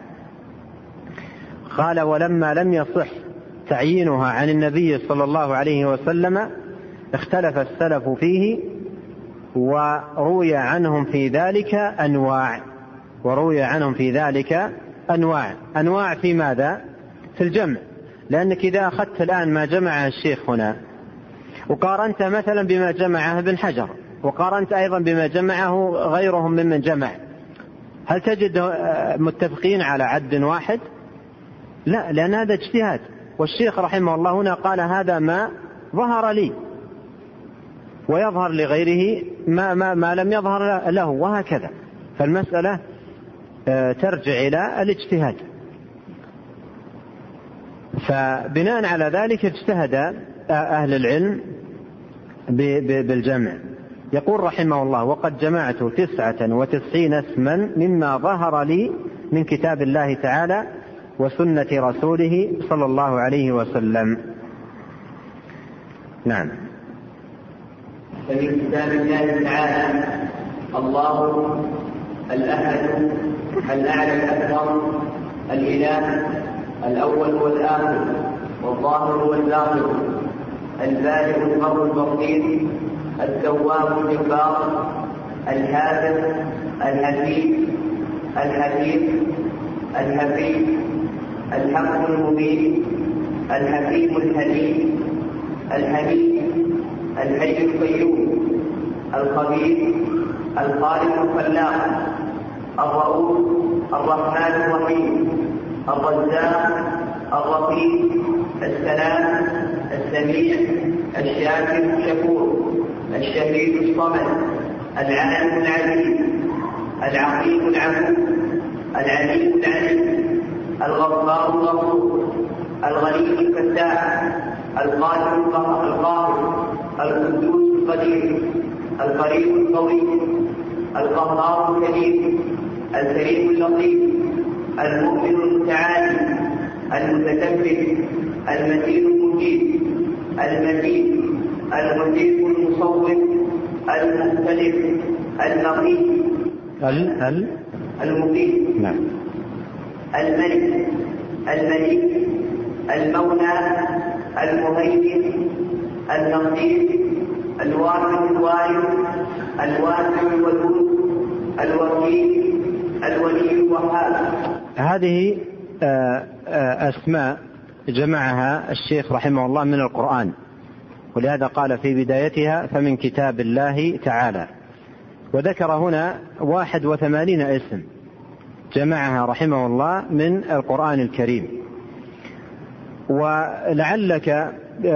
قال: ولما لم يصح تعيينها عن النبي صلى الله عليه وسلم اختلف السلف فيه وروي عنهم في ذلك أنواع. وروي عنهم في ذلك أنواع في ماذا؟ في الجمع. لأنك إذا أخذت الآن ما جمعه الشيخ هنا وقارنت مثلا بما جمعه ابن حجر وقارنت أيضا بما جمعه غيرهم ممن جمع، هل تجد متفقين على عد واحد؟ لا، لأن هذا اجتهاد. والشيخ رحمه الله هنا قال: هذا ما ظهر لي، ويظهر لغيره ما لم يظهر له، وهكذا. فالمسألة ترجع إلى الاجتهاد. فبناء على ذلك اجتهد أهل العلم بالجمع. يقول رحمه الله: وقد جمعت 99 اسما مما ظهر لي من كتاب الله تعالى وسنة رسوله صلى الله عليه وسلم. نعم. فمن كتاب الله تعالى: الله الأحد الأعلى الأكبر الإله الأول والآخر والظاهر والباطن البارئ البر البصير التواب الجبار الحافظ الحكيم الحفيظ الحق المبين الحكيم الحليم الحميد الحي القيوم الخبير الخالق الخلاق الرؤوف الرحمن الرحيم الرزاق الرقيب السلام السميع الشاكر الشكور الشهيد الصمد العالم العليم العقيم العفو العليم العليم الغفار الغفور الغني الفتاح القادر القاهر القدوس القدير القريب القوي القهار الكريم الكريم اللطيف المؤمن المتعالي المتكبر المتين المجيد المجيد المجيد المصور المختلف المقيم المقيم نعم. الملك الملك المولى المهيمن النصير، الوارث الوارث، الواسع الودود، الوكيل، الولي الوهاب. هذه أسماء جمعها الشيخ رحمه الله من القرآن، ولهذا قال في بدايتها فمن كتاب الله تعالى، وذكر هنا 81 اسم جمعها رحمه الله من القرآن الكريم. ولعلك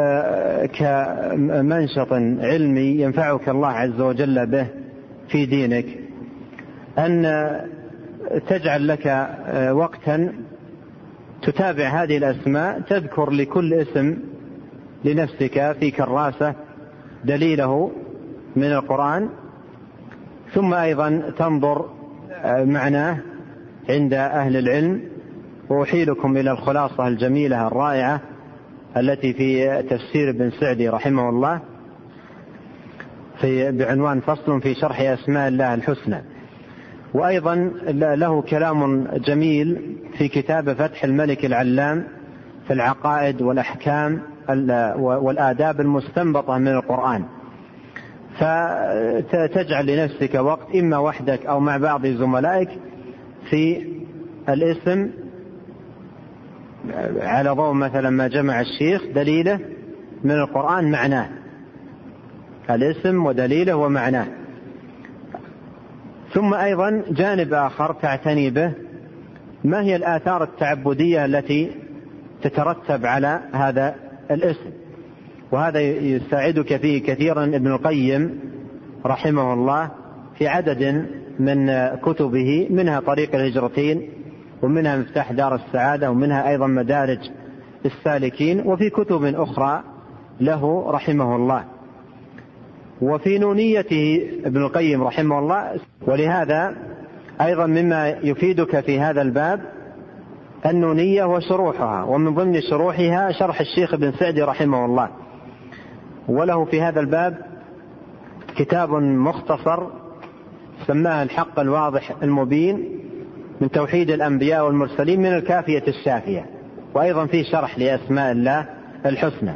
كمنشط علمي ينفعك الله عز وجل به في دينك أن تجعل لك وقتا تتابع هذه الأسماء، تذكر لكل اسم لنفسك في كراسة دليله من القرآن، ثم أيضا تنظر معناه عند أهل العلم. وأحيلكم إلى الخلاصة الجميلة الرائعة التي في تفسير ابن سعدي رحمه الله بعنوان فصل في شرح أسماء الله الحسنى. وأيضا له كلام جميل في كتاب فتح الملك العلام في العقائد والأحكام والآداب المستنبطة من القرآن. فتجعل لنفسك وقت إما وحدك أو مع بعض زملائك في الاسم على ضوء مثلا ما جمع الشيخ دليله من القرآن معناه، الاسم ودليله ومعناه. ثم أيضا جانب آخر تعتني به، ما هي الآثار التعبدية التي تترتب على هذا الاسم، وهذا يساعدك فيه كثيرا ابن القيم رحمه الله في عدد من كتبه، منها طريق الهجرتين، ومنها مفتاح دار السعادة، ومنها أيضا مدارج السالكين، وفي كتب أخرى له رحمه الله. وفي نونيته ابن القيم رحمه الله. ولهذا أيضا مما يفيدك في هذا الباب النونية وشروحها، ومن ضمن شروحها شرح الشيخ ابن سعدي رحمه الله، وله في هذا الباب كتاب مختصر سماه الحق الواضح المبين من توحيد الأنبياء والمرسلين من الكافية الشافية، وأيضا في شرح لأسماء الله الحسنى.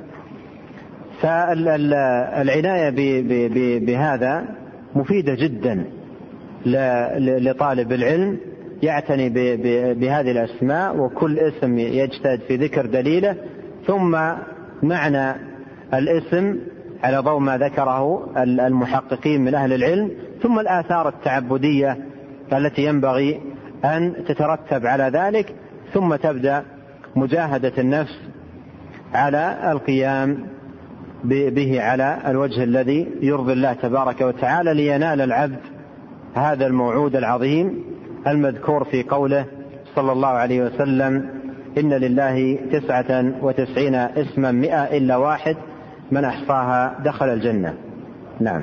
فالعناية بهذا مفيدة جدا لطالب العلم يعتني بهذه الأسماء، وكل اسم يجتهد في ذكر دليله، ثم معنى الاسم على ضوء ما ذكره المحققين من أهل العلم، ثم الآثار التعبدية التي ينبغي أن تترتب على ذلك، ثم تبدأ مجاهدة النفس على القيام به على الوجه الذي يرضي الله تبارك وتعالى، لينال العبد هذا الموعود العظيم المذكور في قوله صلى الله عليه وسلم: إن لله 99 اسما 100 إلا واحد من أحصاها دخل الجنة. نعم.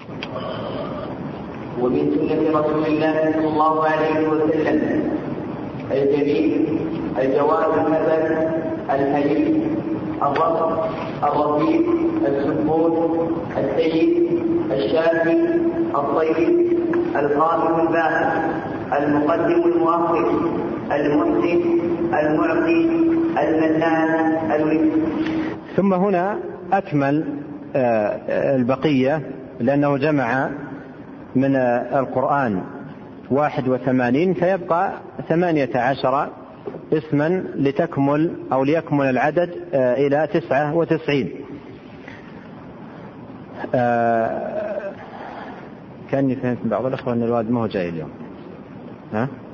ومن سنة رسول الله صلى الله عليه وسلم الجليل، الجواد المثل، الحليم، الرب، الرفيق، السبوت، السيد، الشافي، الطيب، القائم الباقي، المقدم المؤخر، المحسن، المعطي، المنان، الوفي. ثم هنا أكمل البقية، لأنه جمع من القرآن 81، فيبقى 18 اسما لتكمل أو ليكمل العدد إلى 99. كأني فهمت بعض الأخوة أن الواد ما هو جاي اليوم. ها؟